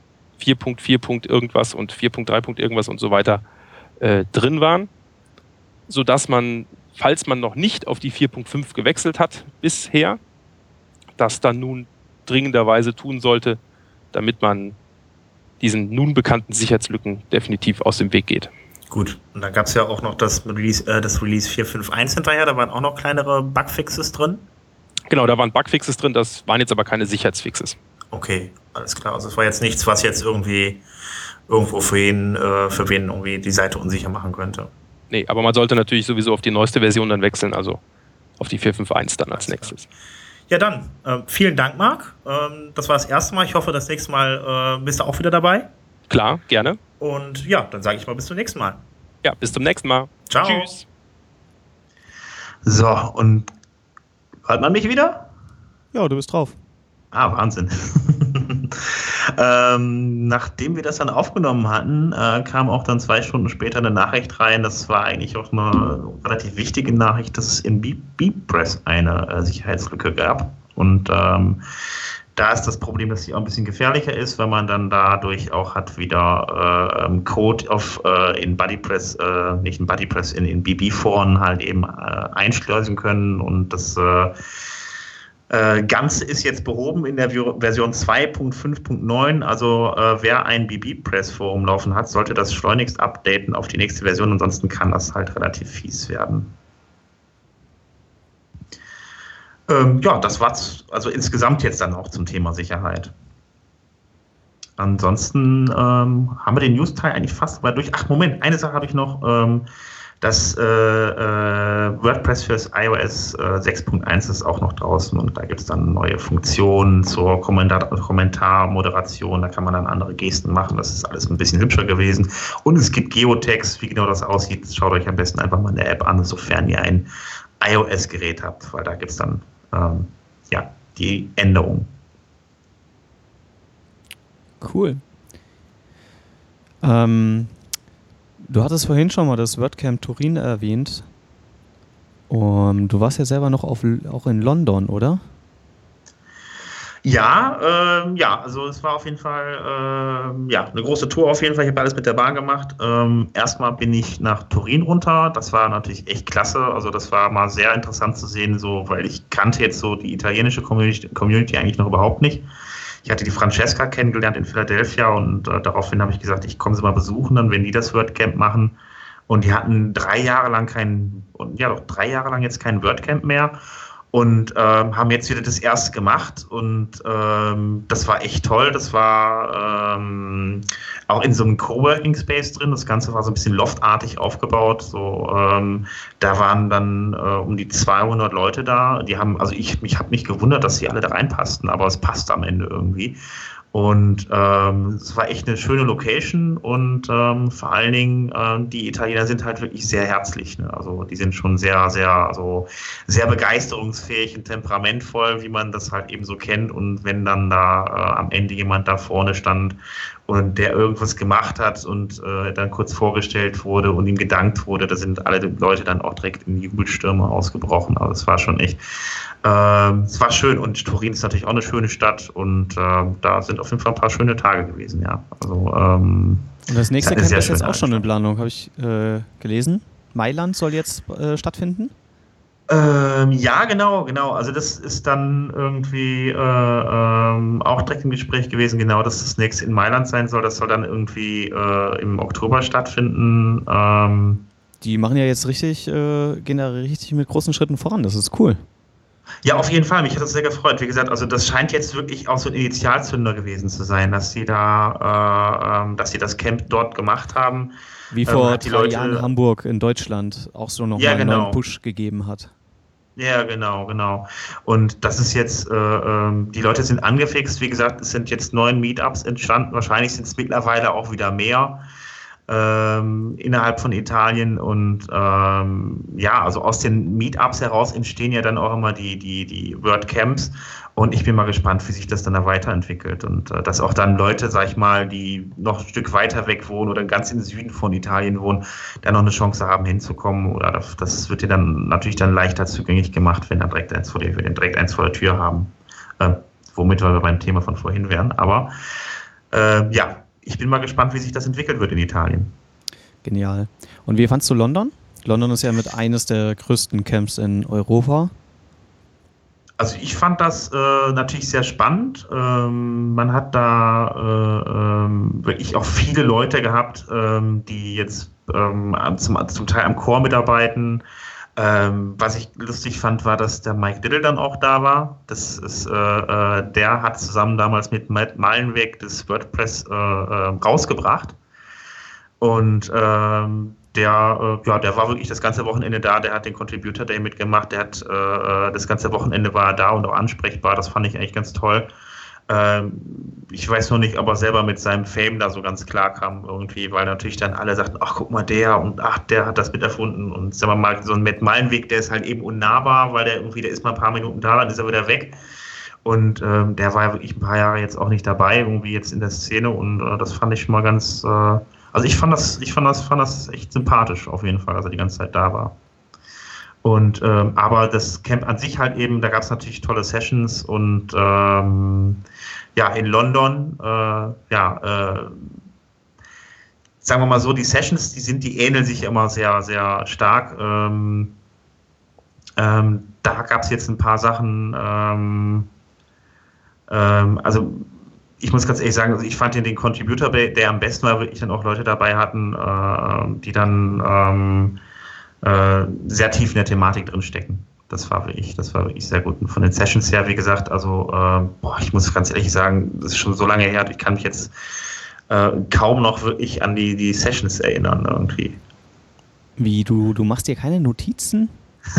4.4. irgendwas und 4.3. irgendwas und so weiter drin waren, sodass man, falls man noch nicht auf die 4.5 gewechselt hat bisher, das dann nun dringenderweise tun sollte, damit man diesen nun bekannten Sicherheitslücken definitiv aus dem Weg geht. Gut, und dann gab es ja auch noch das Release 4.5.1 hinterher, da waren auch noch kleinere Bugfixes drin. Genau, da waren Bugfixes drin, das waren jetzt aber keine Sicherheitsfixes. Okay, alles klar. Also es war jetzt nichts, was jetzt irgendwo für wen irgendwie die Seite unsicher machen könnte. Nee, aber man sollte natürlich sowieso auf die neueste Version dann wechseln, also auf die 4.5.1 dann als nächstes. Ja dann, vielen Dank, Marc. Das war das erste Mal. Ich hoffe, das nächste Mal bist du auch wieder dabei. Klar, gerne. Und ja, dann sage ich mal bis zum nächsten Mal. Ja, bis zum nächsten Mal. Ciao. Tschüss. So, und hört man mich wieder? Ja, du bist drauf. Ah, Wahnsinn. Nachdem wir das dann aufgenommen hatten, kam auch dann 2 Stunden später eine Nachricht rein. Das war eigentlich auch eine relativ wichtige Nachricht, dass es in BeepPress eine Sicherheitslücke gab. Und da ist das Problem, dass sie auch ein bisschen gefährlicher ist, weil man dann dadurch auch hat wieder Code in BuddyPress, nicht in BuddyPress, in BB-Foren halt eben einschleusen können. Und das Ganze ist jetzt behoben in der Version 2.5.9, also wer ein BBPress-Forum laufen hat, sollte das schleunigst updaten auf die nächste Version, ansonsten kann das halt relativ fies werden. Das war's also insgesamt jetzt dann auch zum Thema Sicherheit. Ansonsten haben wir den News-Teil eigentlich fast mal durch. Ach Moment, eine Sache habe ich noch. Das WordPress fürs iOS 6.1 ist auch noch draußen und da gibt es dann neue Funktionen zur Kommentarmoderation, da kann man dann andere Gesten machen, das ist alles ein bisschen hübscher gewesen. Und es gibt Geotext, wie genau das aussieht, schaut euch am besten einfach mal eine App an, sofern ihr ein iOS-Gerät habt, weil da gibt es dann die Änderungen. Cool. Du hattest vorhin schon mal das WordCamp Turin erwähnt. Du warst ja selber noch auch in London, oder? Ja, also es war auf jeden Fall eine große Tour auf jeden Fall. Ich habe alles mit der Bahn gemacht. Erstmal bin ich nach Turin runter. Das war natürlich echt klasse. Also das war mal sehr interessant zu sehen, so, weil ich kannte jetzt so die italienische Community eigentlich noch überhaupt nicht. Ich hatte die Francesca kennengelernt in Philadelphia und daraufhin habe ich gesagt, ich komme sie mal besuchen, dann wenn die das WordCamp machen. Und die hatten 3 Jahre lang 3 Jahre lang jetzt kein WordCamp mehr und haben jetzt wieder das erste gemacht und das war echt toll. Das war auch in so einem Coworking Space drin. Das Ganze war so ein bisschen loftartig aufgebaut. So, da waren dann um die 200 Leute da. Die haben, also mich habe nicht gewundert, dass sie alle da reinpassten, aber es passt am Ende irgendwie. Und es war echt eine schöne Location und vor allen Dingen die Italiener sind halt wirklich sehr herzlich. Ne? Also die sind schon sehr, sehr, also sehr begeisterungsfähig und temperamentvoll, wie man das halt eben so kennt. Und wenn dann da am Ende jemand da vorne stand und der irgendwas gemacht hat und dann kurz vorgestellt wurde und ihm gedankt wurde, da sind alle Leute dann auch direkt in Jubelstürme ausgebrochen. Also es war schon echt, es war schön und Turin ist natürlich auch eine schöne Stadt und da sind auf jeden Fall ein paar schöne Tage gewesen, ja. Also, und das nächste Camp ist jetzt auch schon in Stadt. Planung, habe ich gelesen. Mailand soll jetzt stattfinden? Ja, genau. Also das ist dann irgendwie auch direkt im Gespräch gewesen, genau, dass das nächste in Mailand sein soll. Das soll dann irgendwie im Oktober stattfinden. Die machen ja jetzt richtig, gehen da richtig mit großen Schritten voran. Das ist cool. Ja, auf jeden Fall. Mich hat das sehr gefreut. Wie gesagt, also das scheint jetzt wirklich auch so ein Initialzünder gewesen zu sein, dass sie das Camp dort gemacht haben. Wie vor hat die 3 Leute- Jahren Hamburg in Deutschland auch so nochmal Ja, einen genau. neuen Push gegeben hat. Ja, genau. Und das ist jetzt, die Leute sind angefixt. Wie gesagt, es sind jetzt 9 Meetups entstanden. Wahrscheinlich sind es mittlerweile auch wieder mehr innerhalb von Italien. Und ja, also aus den Meetups heraus entstehen ja dann auch immer die WordCamps. Und ich bin mal gespannt, wie sich das dann da weiterentwickelt. Und dass auch dann Leute, sag ich mal, die noch ein Stück weiter weg wohnen oder ganz im Süden von Italien wohnen, da noch eine Chance haben hinzukommen. Oder das wird dir dann natürlich dann leichter zugänglich gemacht, wenn da direkt eins vor der Tür haben. Womit wir beim Thema von vorhin wären. Aber ja, ich bin mal gespannt, wie sich das entwickelt wird in Italien. Genial. Und wie fandst du London? London ist ja mit eines der größten Camps in Europa. Also ich fand das natürlich sehr spannend. Man hat da wirklich auch viele Leute gehabt, die jetzt zum Teil am Chor mitarbeiten. Was ich lustig fand, war, dass der Mike Diddle dann auch da war. Der hat zusammen damals mit Matt Mullenweg das WordPress rausgebracht. Und der war wirklich das ganze Wochenende da, der hat den Contributor Day mitgemacht, der hat das ganze Wochenende war er da und auch ansprechbar, das fand ich eigentlich ganz toll. Ich weiß noch nicht, ob er selber mit seinem Fame da so ganz klar kam irgendwie, weil natürlich dann alle sagten, ach guck mal der und ach, der hat das mit erfunden und sagen wir mal, so ein Matt Mullenweg, der ist halt eben unnahbar, weil der ist mal ein paar Minuten da, dann ist er wieder weg. Und der war ja wirklich ein paar Jahre jetzt auch nicht dabei, irgendwie jetzt in der Szene und das fand ich schon mal ganz, also ich fand das echt sympathisch auf jeden Fall, als er die ganze Zeit da war. Und aber das Camp an sich halt eben, da gab es natürlich tolle Sessions und ja, in London, sagen wir mal so, die Sessions, die ähneln sich immer sehr, sehr stark. Da gab es jetzt ein paar Sachen, also ich muss ganz ehrlich sagen, also ich fand den Contributor, der am besten war, wirklich dann auch Leute dabei hatten, die dann sehr tief in der Thematik drin stecken. Das war wirklich sehr gut. Und von den Sessions her, wie gesagt, also ich muss ganz ehrlich sagen, das ist schon so lange her, ich kann mich jetzt kaum noch wirklich an die Sessions erinnern irgendwie. Wie, du machst dir keine Notizen?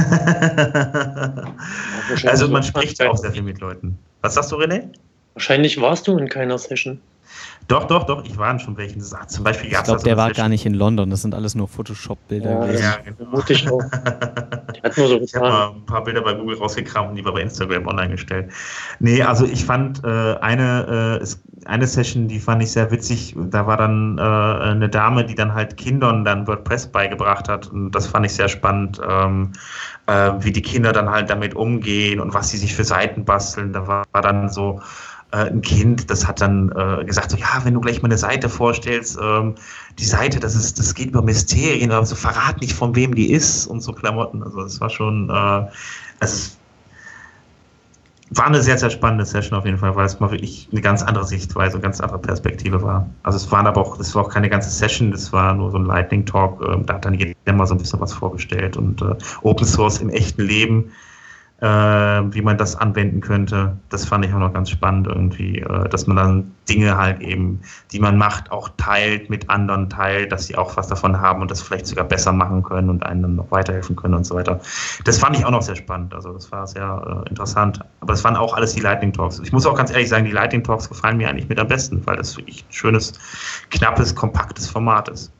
Also man spricht auch sehr viel mit Leuten. Was sagst du, René? Wahrscheinlich warst du in keiner Session. Doch, ich war in schon welchen. Zum Beispiel Ich glaube, der war gar nicht in London, das sind alles nur Photoshop-Bilder gewesen. Ja, genau. Vermute ich auch. Der hat nur so Ich habe mal ein paar Bilder bei Google rausgekramt und die war bei Instagram online gestellt. Nee, also ich fand eine Session, die fand ich sehr witzig. Da war dann eine Dame, die dann halt Kindern dann WordPress beigebracht hat und das fand ich sehr spannend, wie die Kinder dann halt damit umgehen und was sie sich für Seiten basteln. Da war dann so ein Kind, das hat dann gesagt, so ja, wenn du gleich mal eine Seite vorstellst, die Seite, das geht über Mysterien, aber so verrat nicht, von wem die ist und so Klamotten. Also das war schon, es war eine sehr, sehr spannende Session auf jeden Fall, weil es mal wirklich eine ganz andere Sichtweise, eine ganz andere Perspektive war. Also es war auch keine ganze Session, das war nur so ein Lightning Talk, da hat dann jeder mal so ein bisschen was vorgestellt und Open Source im echten Leben. wie man das anwenden könnte. Das fand ich auch noch ganz spannend irgendwie, dass man dann Dinge halt eben, die man macht, auch teilt, mit anderen teilt, dass sie auch was davon haben und das vielleicht sogar besser machen können und einem dann noch weiterhelfen können und so weiter. Das fand ich auch noch sehr spannend, also das war sehr interessant. Aber das waren auch alles die Lightning Talks. Ich muss auch ganz ehrlich sagen, die Lightning Talks gefallen mir eigentlich mit am besten, weil das wirklich ein schönes, knappes, kompaktes Format ist.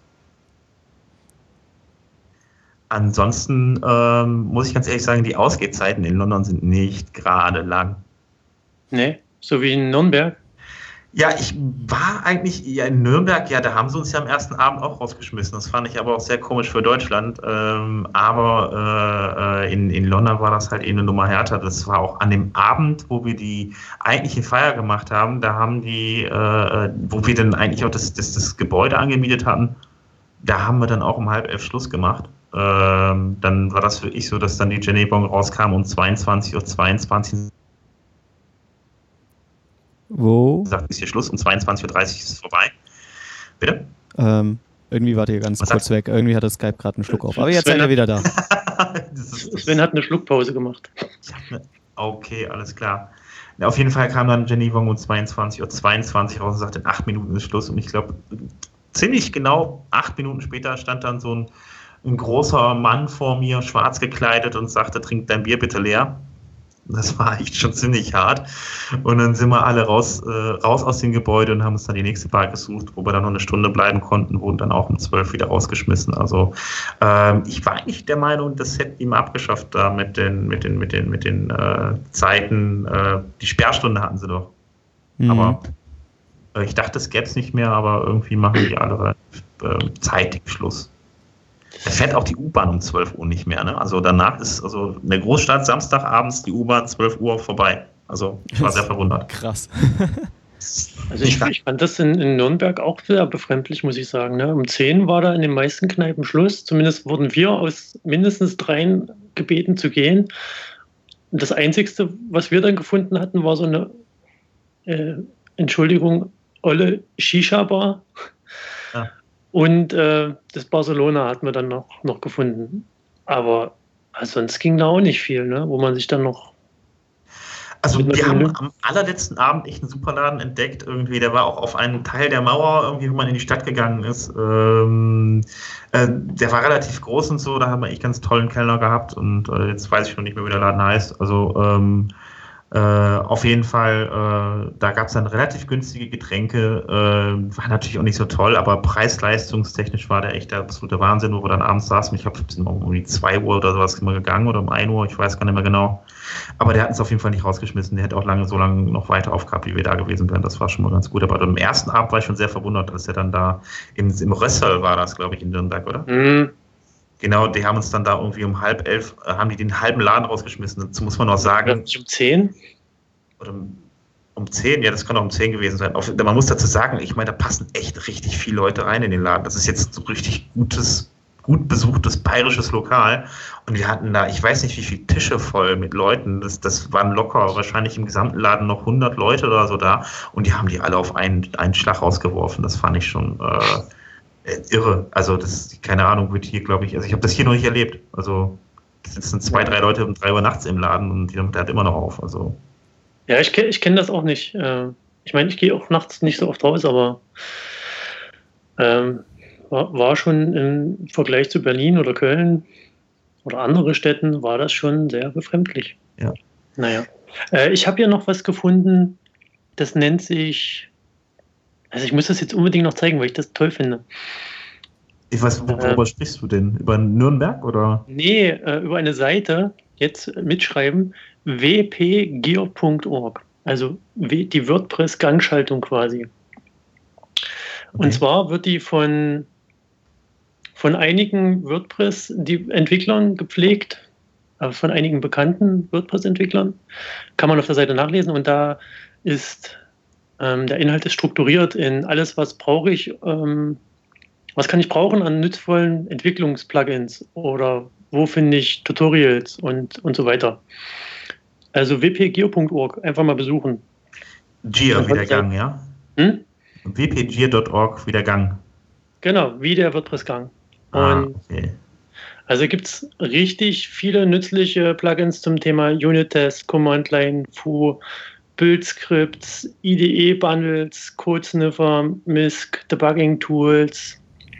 Ansonsten muss ich ganz ehrlich sagen, die Ausgehzeiten in London sind nicht gerade lang. Nee, so wie in Nürnberg. Ja, ich war eigentlich in Nürnberg, ja, da haben sie uns ja am ersten Abend auch rausgeschmissen. Das fand ich aber auch sehr komisch für Deutschland. Aber in London war das halt eine Nummer härter. Das war auch an dem Abend, wo wir die eigentliche Feier gemacht haben, da haben die, wo wir dann eigentlich auch das Gebäude angemietet hatten, da haben wir dann auch um 10:30 Schluss gemacht. Dann war das wirklich so, dass dann die Jenny Bong rauskam um 22:22 Uhr. Wo? Sagt, ist hier Schluss, um 22:30 Uhr ist es vorbei. Bitte? Irgendwie wart ihr ganz kurz weg. Irgendwie hat das Skype gerade einen Schluck auf. Aber jetzt seid ihr wieder da. Sven hat eine Schluckpause gemacht. Okay, alles klar. Ja, auf jeden Fall kam dann Jenny Wong um 22:22 Uhr raus und sagte, in 8 Minuten ist Schluss. Und ich glaube, ziemlich genau 8 Minuten später stand dann so ein großer Mann vor mir, schwarz gekleidet und sagte, trink dein Bier bitte leer. Das war echt schon ziemlich hart. Und dann sind wir alle raus aus dem Gebäude und haben uns dann die nächste Bar gesucht, wo wir dann noch eine Stunde bleiben konnten, wurden dann auch um 12 wieder rausgeschmissen. Also ich war eigentlich der Meinung, das hätten die mal abgeschafft da mit den Zeiten. Die Sperrstunde hatten sie doch. Mhm. Aber ich dachte, es gäbe es nicht mehr, aber irgendwie machen die alle zeitig Schluss. Da fährt auch die U-Bahn um 12 Uhr nicht mehr. Ne? Also danach ist in der Großstadt Samstagabends die U-Bahn 12 Uhr vorbei. Also ich war sehr verwundert. Krass. Also ich fand das in Nürnberg auch sehr befremdlich, muss ich sagen. Ne? Um 10 war da in den meisten Kneipen Schluss. Zumindest wurden wir aus mindestens 3 gebeten zu gehen. Und das Einzige, was wir dann gefunden hatten, war so eine, olle Shisha-Bar. Ja. Und das Barcelona hatten wir dann noch gefunden. Aber sonst ging da auch nicht viel, ne? Wo man sich dann noch... Also wir haben am allerletzten Abend echt einen Superladen entdeckt. Irgendwie, der war auch auf einem Teil der Mauer, irgendwie, wo man in die Stadt gegangen ist. Der war relativ groß und so, da haben wir echt ganz tollen Kellner gehabt. Und jetzt weiß ich noch nicht mehr, wie der Laden heißt. Also auf jeden Fall, da gab es dann relativ günstige Getränke, war natürlich auch nicht so toll, aber preis-leistungstechnisch war der echt der absolute Wahnsinn, wo wir dann abends saßen. Ich glaube, wir sind um die 2 Uhr oder sowas immer gegangen oder um 1 Uhr, ich weiß gar nicht mehr genau. Aber der hat uns auf jeden Fall nicht rausgeschmissen, der hätte auch so lange noch weiter aufgehabt, wie wir da gewesen wären. Das war schon mal ganz gut. Aber am ersten Abend war ich schon sehr verwundert, als er dann da im Rössel war das, glaube ich, in Nürnberg, oder? Mhm. Genau, die haben uns dann da irgendwie um 10:30, haben die den halben Laden rausgeschmissen. Dazu muss man noch sagen. Nicht um 10? Oder um 10, ja, das kann auch um 10 gewesen sein. Man muss dazu sagen, ich meine, da passen echt richtig viele Leute rein in den Laden. Das ist jetzt so richtig gut besuchtes bayerisches Lokal. Und wir hatten da, ich weiß nicht, wie viele Tische voll mit Leuten. Das waren locker wahrscheinlich im gesamten Laden noch 100 Leute oder so da. Und die haben die alle auf einen Schlag rausgeworfen. Das fand ich schon... irre. Also das, keine Ahnung, wird hier, glaube ich, also ich habe das hier noch nicht erlebt. Also es sitzen 2, 3 Leute um 3 Uhr nachts im Laden und der hat immer noch auf. Also. Ja, ich kenn das auch nicht. Ich meine, ich gehe auch nachts nicht so oft raus, aber war schon im Vergleich zu Berlin oder Köln oder andere Städten, war das schon sehr befremdlich. Ja. Naja. Ich habe hier noch was gefunden, das nennt sich... Also ich muss das jetzt unbedingt noch zeigen, weil ich das toll finde. Ich weiß, worüber sprichst du denn? Über Nürnberg oder? Nee, über eine Seite, jetzt mitschreiben, wpgear.org. Also die WordPress-Gangschaltung quasi. Okay. Und zwar wird die von einigen WordPress-Entwicklern gepflegt, von einigen bekannten WordPress-Entwicklern. Kann man auf der Seite nachlesen und da ist... der Inhalt ist strukturiert in alles, was brauche ich, was kann ich brauchen an nützvollen Entwicklungsplugins oder wo finde ich Tutorials und so weiter. Also wpgear.org, einfach mal besuchen. Gear wieder Gang, ja? wpgear.org wieder Gang. Genau, wie der WordPress-Gang. Okay. Also gibt es richtig viele nützliche Plugins zum Thema Unit-Test, Command-Line, Foo, Build-Scripts, IDE-Bundles, Code-Sniffer, MISC, Debugging-Tools,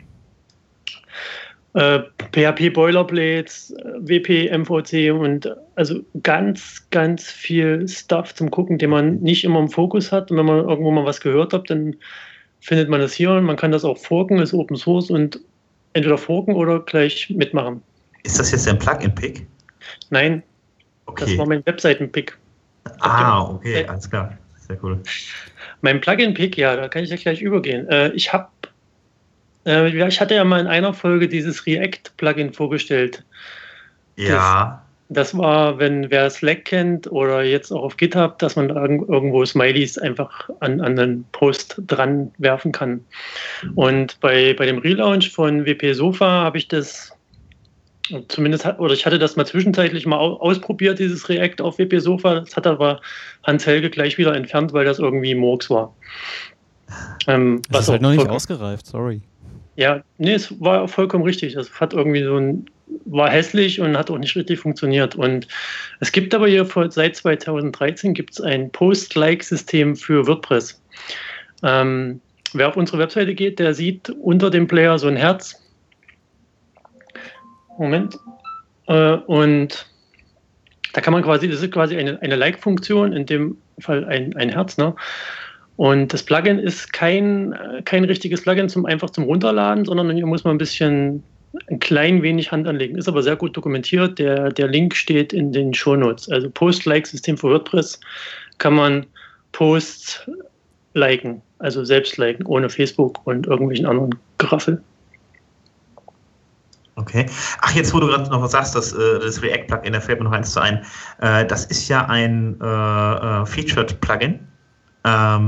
PHP Boilerplates, WP, MVC und also ganz, ganz viel Stuff zum Gucken, den man nicht immer im Fokus hat. Und wenn man irgendwo mal was gehört hat, dann findet man das hier und man kann das auch forken, ist Open Source und entweder forken oder gleich mitmachen. Ist das jetzt ein Plugin-Pick? Nein, Okay. das war mein Webseiten-Pick. Okay, alles klar. Sehr cool. Mein Plugin-Pick, ja, da kann ich ja gleich übergehen. Ich hatte ja mal in einer Folge dieses React-Plugin vorgestellt. Ja. Das war, wer Slack kennt oder jetzt auch auf GitHub, dass man irgendwo Smileys einfach an einen Post dran werfen kann. Und bei dem Relaunch von WP Sofa habe ich das ich hatte das mal zwischenzeitlich mal ausprobiert, dieses React auf WP Sofa. Das hat aber Hans Helge gleich wieder entfernt, weil das irgendwie Murks war. Das ist halt noch nicht ausgereift, sorry. Ja, nee, es war vollkommen richtig. Das hat irgendwie war hässlich und hat auch nicht richtig funktioniert. Und es gibt aber hier seit 2013 gibt es ein Post-Like-System für WordPress. Wer auf unsere Webseite geht, der sieht unter dem Player so ein Herz. Moment. Und da kann man das ist quasi eine Like-Funktion, in dem Fall ein Herz, ne? Und das Plugin ist kein richtiges Plugin einfach zum Runterladen, sondern hier muss man ein klein wenig Hand anlegen. Ist aber sehr gut dokumentiert. Der Link steht in den Shownotes. Also Post-Like-System für WordPress kann man Posts liken, also selbst liken, ohne Facebook und irgendwelchen anderen Geraffel. Okay. Ach, jetzt, wo du gerade noch was sagst, das React-Plugin, da fällt mir noch eins zu ein. Das ist ja ein Featured-Plugin. Da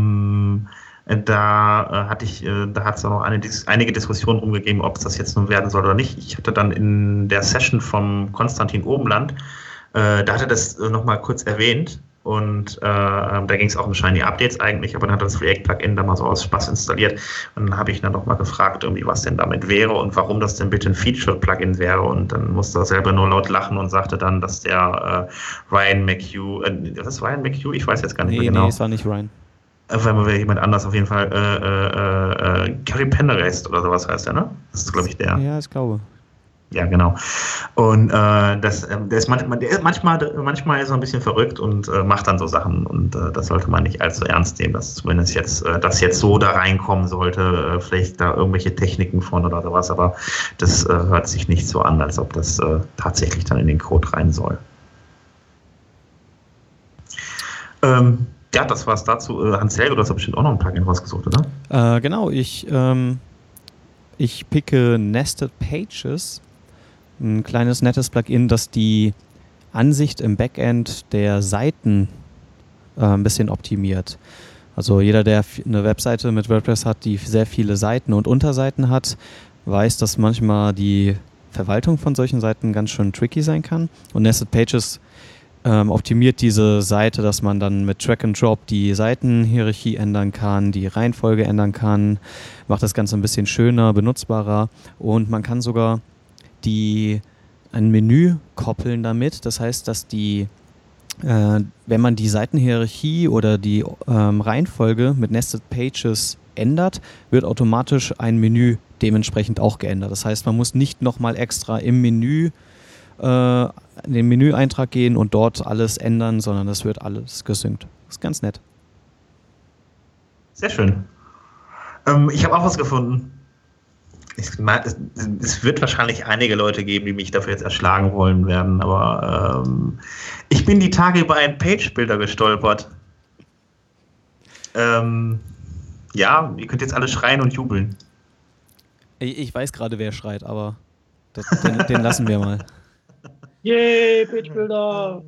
hat es auch noch einige Diskussionen rumgegeben, ob es das jetzt nun werden soll oder nicht. Ich hatte dann in der Session vom Konstantin Obenland, da hat er das nochmal kurz erwähnt und da ging es auch um Shiny Updates eigentlich, aber dann hat er das React-Plugin da mal so aus Spaß installiert und dann habe ich dann nochmal gefragt, irgendwie, was denn damit wäre und warum das denn bitte ein Featured-Plugin wäre und dann musste er selber nur laut lachen und sagte dann, dass der Ryan McHugh, was ist Ryan McHugh? Ich weiß jetzt gar nicht mehr genau. Nee, es war nicht Ryan. Wenn wir jemand anders auf jeden Fall, Gary Pendergast oder sowas heißt der, ne? Das ist, glaube ich, der. Ja, ich glaube. Ja, genau. Und der ist manchmal ist er ein bisschen verrückt und macht dann so Sachen und das sollte man nicht allzu ernst nehmen, dass zumindest jetzt so da reinkommen sollte, vielleicht da irgendwelche Techniken von oder sowas, aber das hört sich nicht so an, als ob das tatsächlich dann in den Code rein soll. Ja, das war's dazu. Hans-Helge, du hast bestimmt auch noch ein Plugin rausgesucht, oder? Genau, ich picke Nested Pages, ein kleines nettes Plugin, das die Ansicht im Backend der Seiten ein bisschen optimiert. Also jeder, der eine Webseite mit WordPress hat, die sehr viele Seiten und Unterseiten hat, weiß, dass manchmal die Verwaltung von solchen Seiten ganz schön tricky sein kann. Und Nested Pages optimiert diese Seite, dass man dann mit Drag and Drop die Seitenhierarchie ändern kann, die Reihenfolge ändern kann, macht das Ganze ein bisschen schöner, benutzbarer und man kann sogar ein Menü koppeln damit. Das heißt, dass wenn man die Seitenhierarchie oder die Reihenfolge mit Nested Pages ändert, wird automatisch ein Menü dementsprechend auch geändert. Das heißt, man muss nicht nochmal extra im Menü in den Menüeintrag gehen und dort alles ändern, sondern das wird alles gesynkt. Das ist ganz nett. Sehr schön. Ich habe auch was gefunden. Es wird wahrscheinlich einige Leute geben, die mich dafür jetzt erschlagen wollen werden, aber ich bin die Tage über einen Page-Builder gestolpert. Ja, ihr könnt jetzt alle schreien und jubeln. Ich weiß gerade, wer schreit, aber den lassen wir mal. Yay, Page-Builder!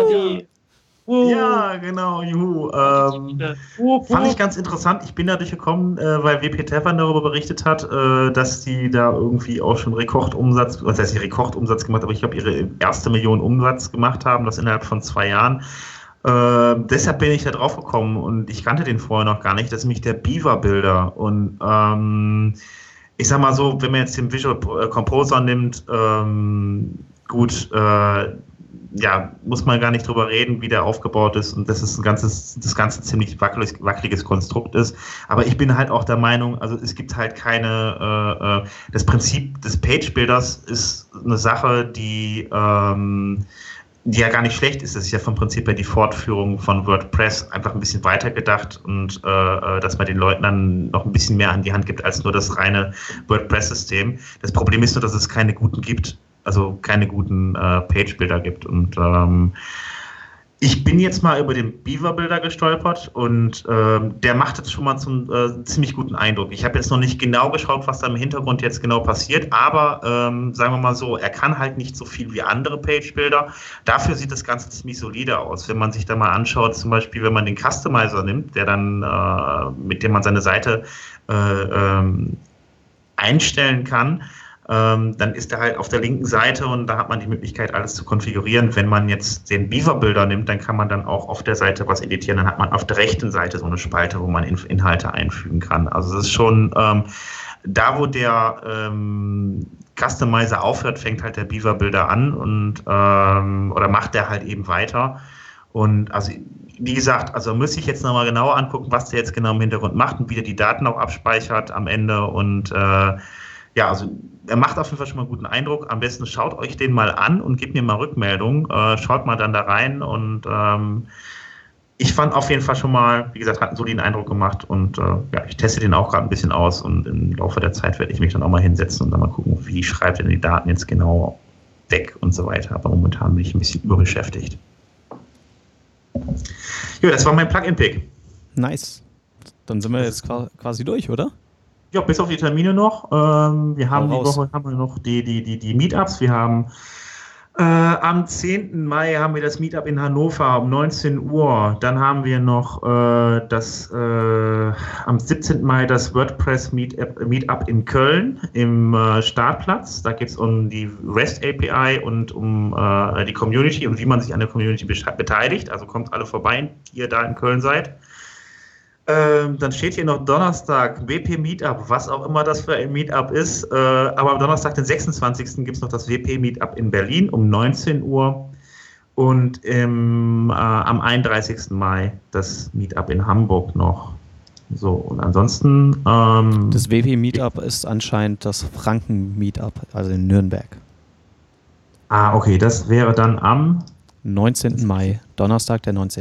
Ja, genau, juhu. Fand ich ganz interessant. Ich bin dadurch gekommen, weil WP Tavern darüber berichtet hat, dass die da irgendwie auch schon Rekordumsatz gemacht, aber ich glaube, ihre erste Million Umsatz gemacht haben, das innerhalb von 2 Jahren. Deshalb bin ich da drauf gekommen und ich kannte den vorher noch gar nicht. Das ist nämlich der Beaver Builder und ich sag mal so, wenn man jetzt den Visual Composer nimmt, gut, ja, muss man gar nicht drüber reden, wie der aufgebaut ist und dass das Ganze ziemlich wackeliges Konstrukt ist. Aber ich bin halt auch der Meinung, also es gibt halt keine, das Prinzip des Page-Builders ist eine Sache, die ja gar nicht schlecht ist. Das ist ja vom Prinzip her die Fortführung von WordPress einfach ein bisschen weitergedacht und dass man den Leuten dann noch ein bisschen mehr an die Hand gibt als nur das reine WordPress-System. Das Problem ist nur, dass es keine guten gibt. Also keine guten Page-Builder gibt. Und ich bin jetzt mal über den Beaver-Builder gestolpert und der macht jetzt schon mal zum ziemlich guten Eindruck. Ich habe jetzt noch nicht genau geschaut, was da im Hintergrund jetzt genau passiert, aber sagen wir mal so, er kann halt nicht so viel wie andere Page-Builder. Dafür sieht das Ganze ziemlich solide aus. Wenn man sich da mal anschaut, zum Beispiel, wenn man den Customizer nimmt, der dann, mit dem man seine Seite einstellen kann, dann ist er halt auf der linken Seite und da hat man die Möglichkeit, alles zu konfigurieren. Wenn man jetzt den Beaver-Builder nimmt, dann kann man dann auch auf der Seite was editieren. Dann hat man auf der rechten Seite so eine Spalte, wo man Inhalte einfügen kann. Also das ist schon, da wo der Customizer aufhört, fängt halt der Beaver-Builder an und oder macht der halt eben weiter. Und also wie gesagt, also müsste ich jetzt nochmal genauer angucken, was der jetzt genau im Hintergrund macht und wie der die Daten auch abspeichert am Ende und ja, also er macht auf jeden Fall schon mal einen guten Eindruck. Am besten schaut euch den mal an und gebt mir mal Rückmeldung. Schaut mal dann da rein und ich fand auf jeden Fall schon mal, wie gesagt, hat einen soliden Eindruck gemacht und ja, ich teste den auch gerade ein bisschen aus und im Laufe der Zeit werde ich mich dann auch mal hinsetzen und dann mal gucken, wie schreibt denn die Daten jetzt genau weg und so weiter. Aber momentan bin ich ein bisschen überbeschäftigt. Ja, das war mein Plugin-Pick. Nice. Dann sind wir jetzt quasi durch, oder? Ja, bis auf die Termine noch. Wir haben die Woche noch die Meetups. Wir haben am 10. Mai haben wir das Meetup in Hannover um 19 Uhr. Dann haben wir noch am 17. Mai das WordPress Meetup in Köln im Startplatz. Da geht es um die REST API und um die Community und wie man sich an der Community beteiligt. Also kommt alle vorbei, die ihr da in Köln seid. Dann steht hier noch Donnerstag, WP Meetup, was auch immer das für ein Meetup ist. Aber am Donnerstag, den 26. gibt es noch das WP Meetup in Berlin um 19 Uhr. Und am 31. Mai das Meetup in Hamburg noch. So, und ansonsten... das WP Meetup ist anscheinend das Franken Meetup, also in Nürnberg. Ah, okay, das wäre dann am... 19. Mai, Donnerstag, der 19.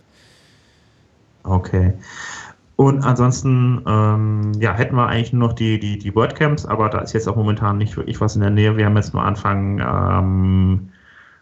Okay. Und ansonsten ja, hätten wir eigentlich nur noch die WordCamps, aber da ist jetzt auch momentan nicht wirklich was in der Nähe. Wir haben jetzt nur Anfang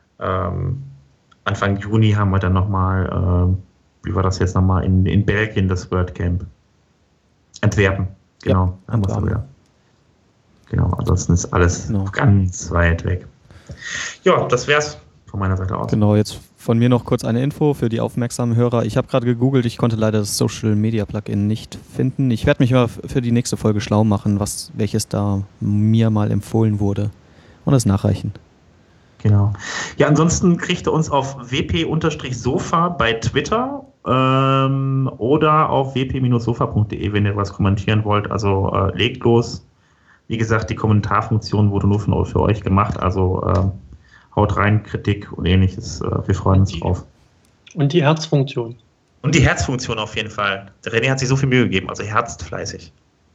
Juni haben wir dann nochmal, wie war das jetzt nochmal, in Belgien das WordCamp. Antwerpen, genau. Ja, Antwerpen. Genau, ansonsten ist alles ganz weit weg. Ja, das wär's von meiner Seite aus. Genau, jetzt von mir noch kurz eine Info für die aufmerksamen Hörer. Ich habe gerade gegoogelt, ich konnte leider das Social Media Plugin nicht finden. Ich werde mich mal für die nächste Folge schlau machen, welches da mir mal empfohlen wurde und es nachreichen. Genau. Ja, ansonsten kriegt ihr uns auf wp-sofa bei Twitter oder auf wp-sofa.de, wenn ihr was kommentieren wollt. Also legt los. Wie gesagt, die Kommentarfunktion wurde nur für euch gemacht. Also haut rein, Kritik und ähnliches. Wir freuen uns drauf. Und die Herzfunktion. Und die Herzfunktion auf jeden Fall. Der René hat sich so viel Mühe gegeben, also herzt fleißig.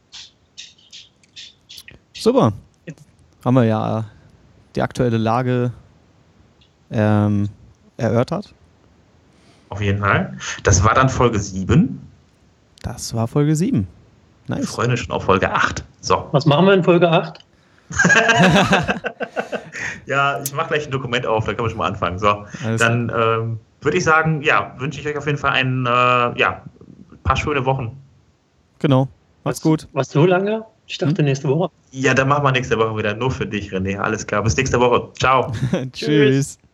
Super. Haben wir ja die aktuelle Lage erörtert. Auf jeden Fall. Das war dann Folge 7. Das war Folge 7. Nice. Wir freuen uns schon auf Folge 8. So. Was machen wir in Folge 8? Ja, ich mache gleich ein Dokument auf, da können wir schon mal anfangen. So, dann würde ich sagen, ja, wünsche ich euch auf jeden Fall ein paar schöne Wochen. Genau, macht's gut. Was so lange? Ich dachte nächste Woche. Ja, dann machen wir nächste Woche wieder nur für dich, René. Alles klar, bis nächste Woche. Ciao. Tschüss.